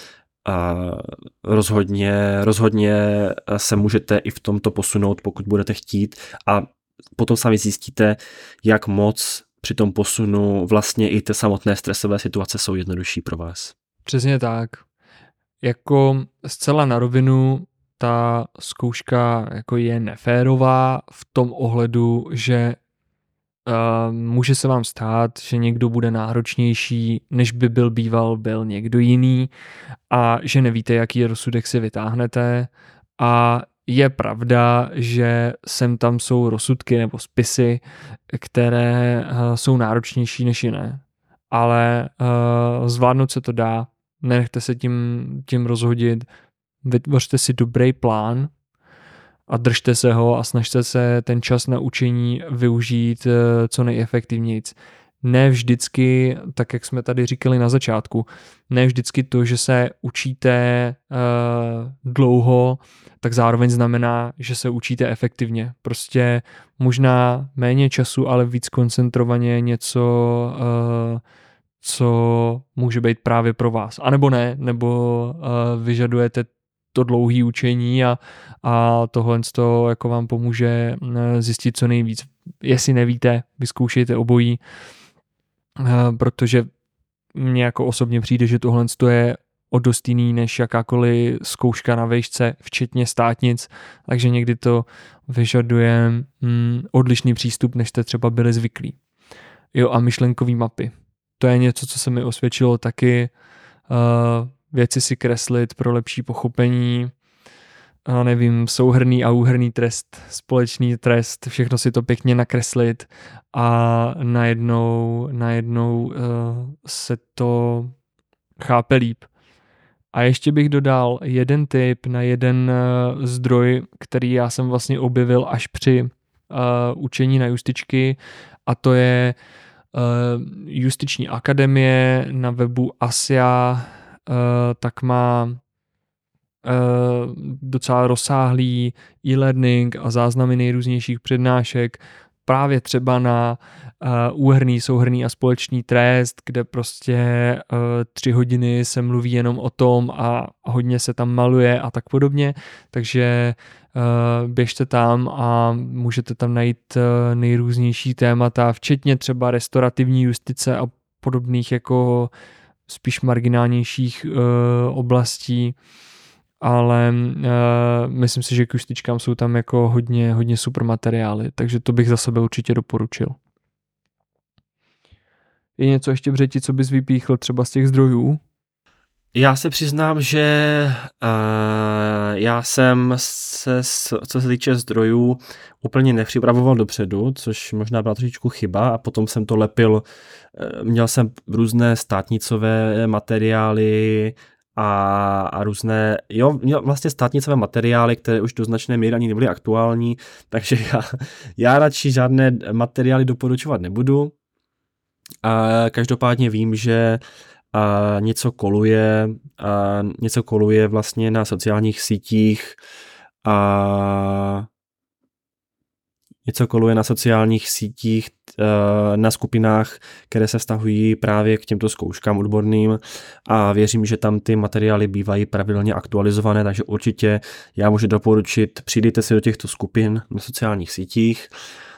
rozhodně se můžete i v tomto posunout, pokud budete chtít a potom sami zjistíte, jak moc při tom posunu vlastně i ty samotné stresové situace jsou jednodušší pro vás. Přesně tak. Jako zcela na rovinu ta zkouška jako je neférová v tom ohledu, že může se vám stát, že někdo bude náročnější, než by byl někdo jiný a že nevíte, jaký rozsudek si vytáhnete a je pravda, že sem tam jsou rozsudky nebo spisy, které jsou náročnější než jiné, ale zvládnout se to dá, nenechte se tím rozhodit, vytvořte si dobrý plán a držte se ho a snažte se ten čas na učení využít co nejefektivněji. Ne vždycky, tak jak jsme tady říkali na začátku, ne vždycky to, že se učíte dlouho, tak zároveň znamená, že se učíte efektivně. Prostě možná méně času, ale víc koncentrovaně něco, co může být právě pro vás. A nebo ne, nebo vyžadujete to dlouhé učení a tohle jako vám pomůže zjistit co nejvíc. Jestli nevíte, vyzkoušejte obojí, protože mně jako osobně přijde, že tohle je o dost jiný než jakákoliv zkouška na vejšce, včetně státnic, takže někdy to vyžaduje odlišný přístup, než jste třeba byli zvyklí. Jo, a myšlenkový mapy. To je něco, co se mi osvědčilo taky, věci si kreslit pro lepší pochopení, nevím, souhrnný a úhrnný trest, společný trest, všechno si to pěkně nakreslit a najednou se to chápe líp. A ještě bych dodal jeden tip na jeden zdroj, který já jsem vlastně objevil až při učení na justičky, a to je Justiční akademie na webu ASIA, tak má docela rozsáhlý e-learning a záznamy nejrůznějších přednášek právě třeba na úhrný, souhrný a společný trest, kde prostě 3 hodiny se mluví jenom o tom a hodně se tam maluje a tak podobně, takže běžte tam a můžete tam najít nejrůznější témata, včetně třeba restaurativní justice a podobných jako spíš marginálnějších oblastí, ale myslím si, že k justičkám jsou tam jako hodně super materiály, takže to bych za sebe určitě doporučil. Je něco ještě v řeči, co bys vypíchl třeba z těch zdrojů? Já se přiznám, že já jsem se, co se týče zdrojů, úplně nepřipravoval dopředu, což možná byla trošičku chyba, a potom jsem to lepil, měl jsem různé státnicové materiály a různé, vlastně státnicové materiály, které už do značné míry ani nebyly aktuální, takže já radši žádné materiály doporučovat nebudu. Každopádně vím, že něco koluje vlastně na sociálních sítích na skupinách, které se vztahují právě k těmto zkouškám odborným, a věřím, že tam ty materiály bývají pravidelně aktualizované, takže určitě já můžu doporučit, přidejte si do těchto skupin na sociálních sítích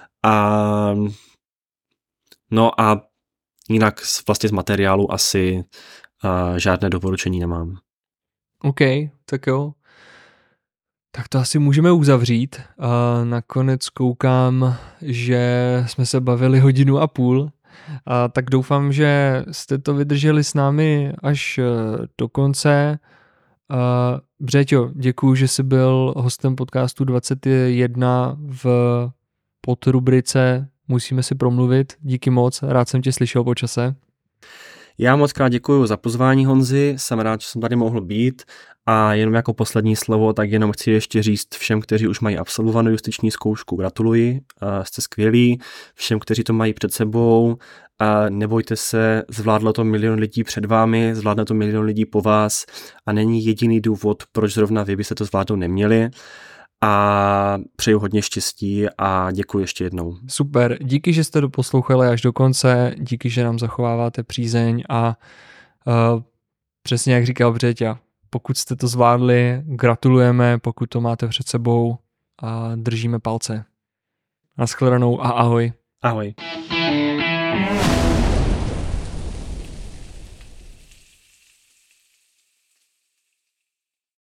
no a jinak vlastně z materiálu asi žádné doporučení nemám. OK, tak jo. Tak to asi můžeme uzavřít. Nakonec koukám, že jsme se bavili 1,5 hodiny. Tak doufám, že jste to vydrželi s námi až do konce. Břeťo, děkuju, že jsi byl hostem podcastu 21 v podrubrice Musíme si promluvit. Díky moc, rád jsem tě slyšel po čase. Já moc krát děkuju za pozvání, Honzi, jsem rád, že jsem tady mohl být a jenom jako poslední slovo, tak jenom chci ještě říct všem, kteří už mají absolvovanou justiční zkoušku, gratuluji, jste skvělí, všem, kteří to mají před sebou, nebojte se, zvládlo to milion lidí před vámi, zvládne to milion lidí po vás a není jediný důvod, proč zrovna vy byste to zvládnout neměli. A přeju hodně štěstí a děkuji ještě jednou. Super, díky, že jste to poslouchali až do konce, díky, že nám zachováváte přízeň a přesně jak říkal Břeťa, pokud jste to zvládli, gratulujeme, pokud to máte před sebou a držíme palce. Naschledanou a ahoj. Ahoj.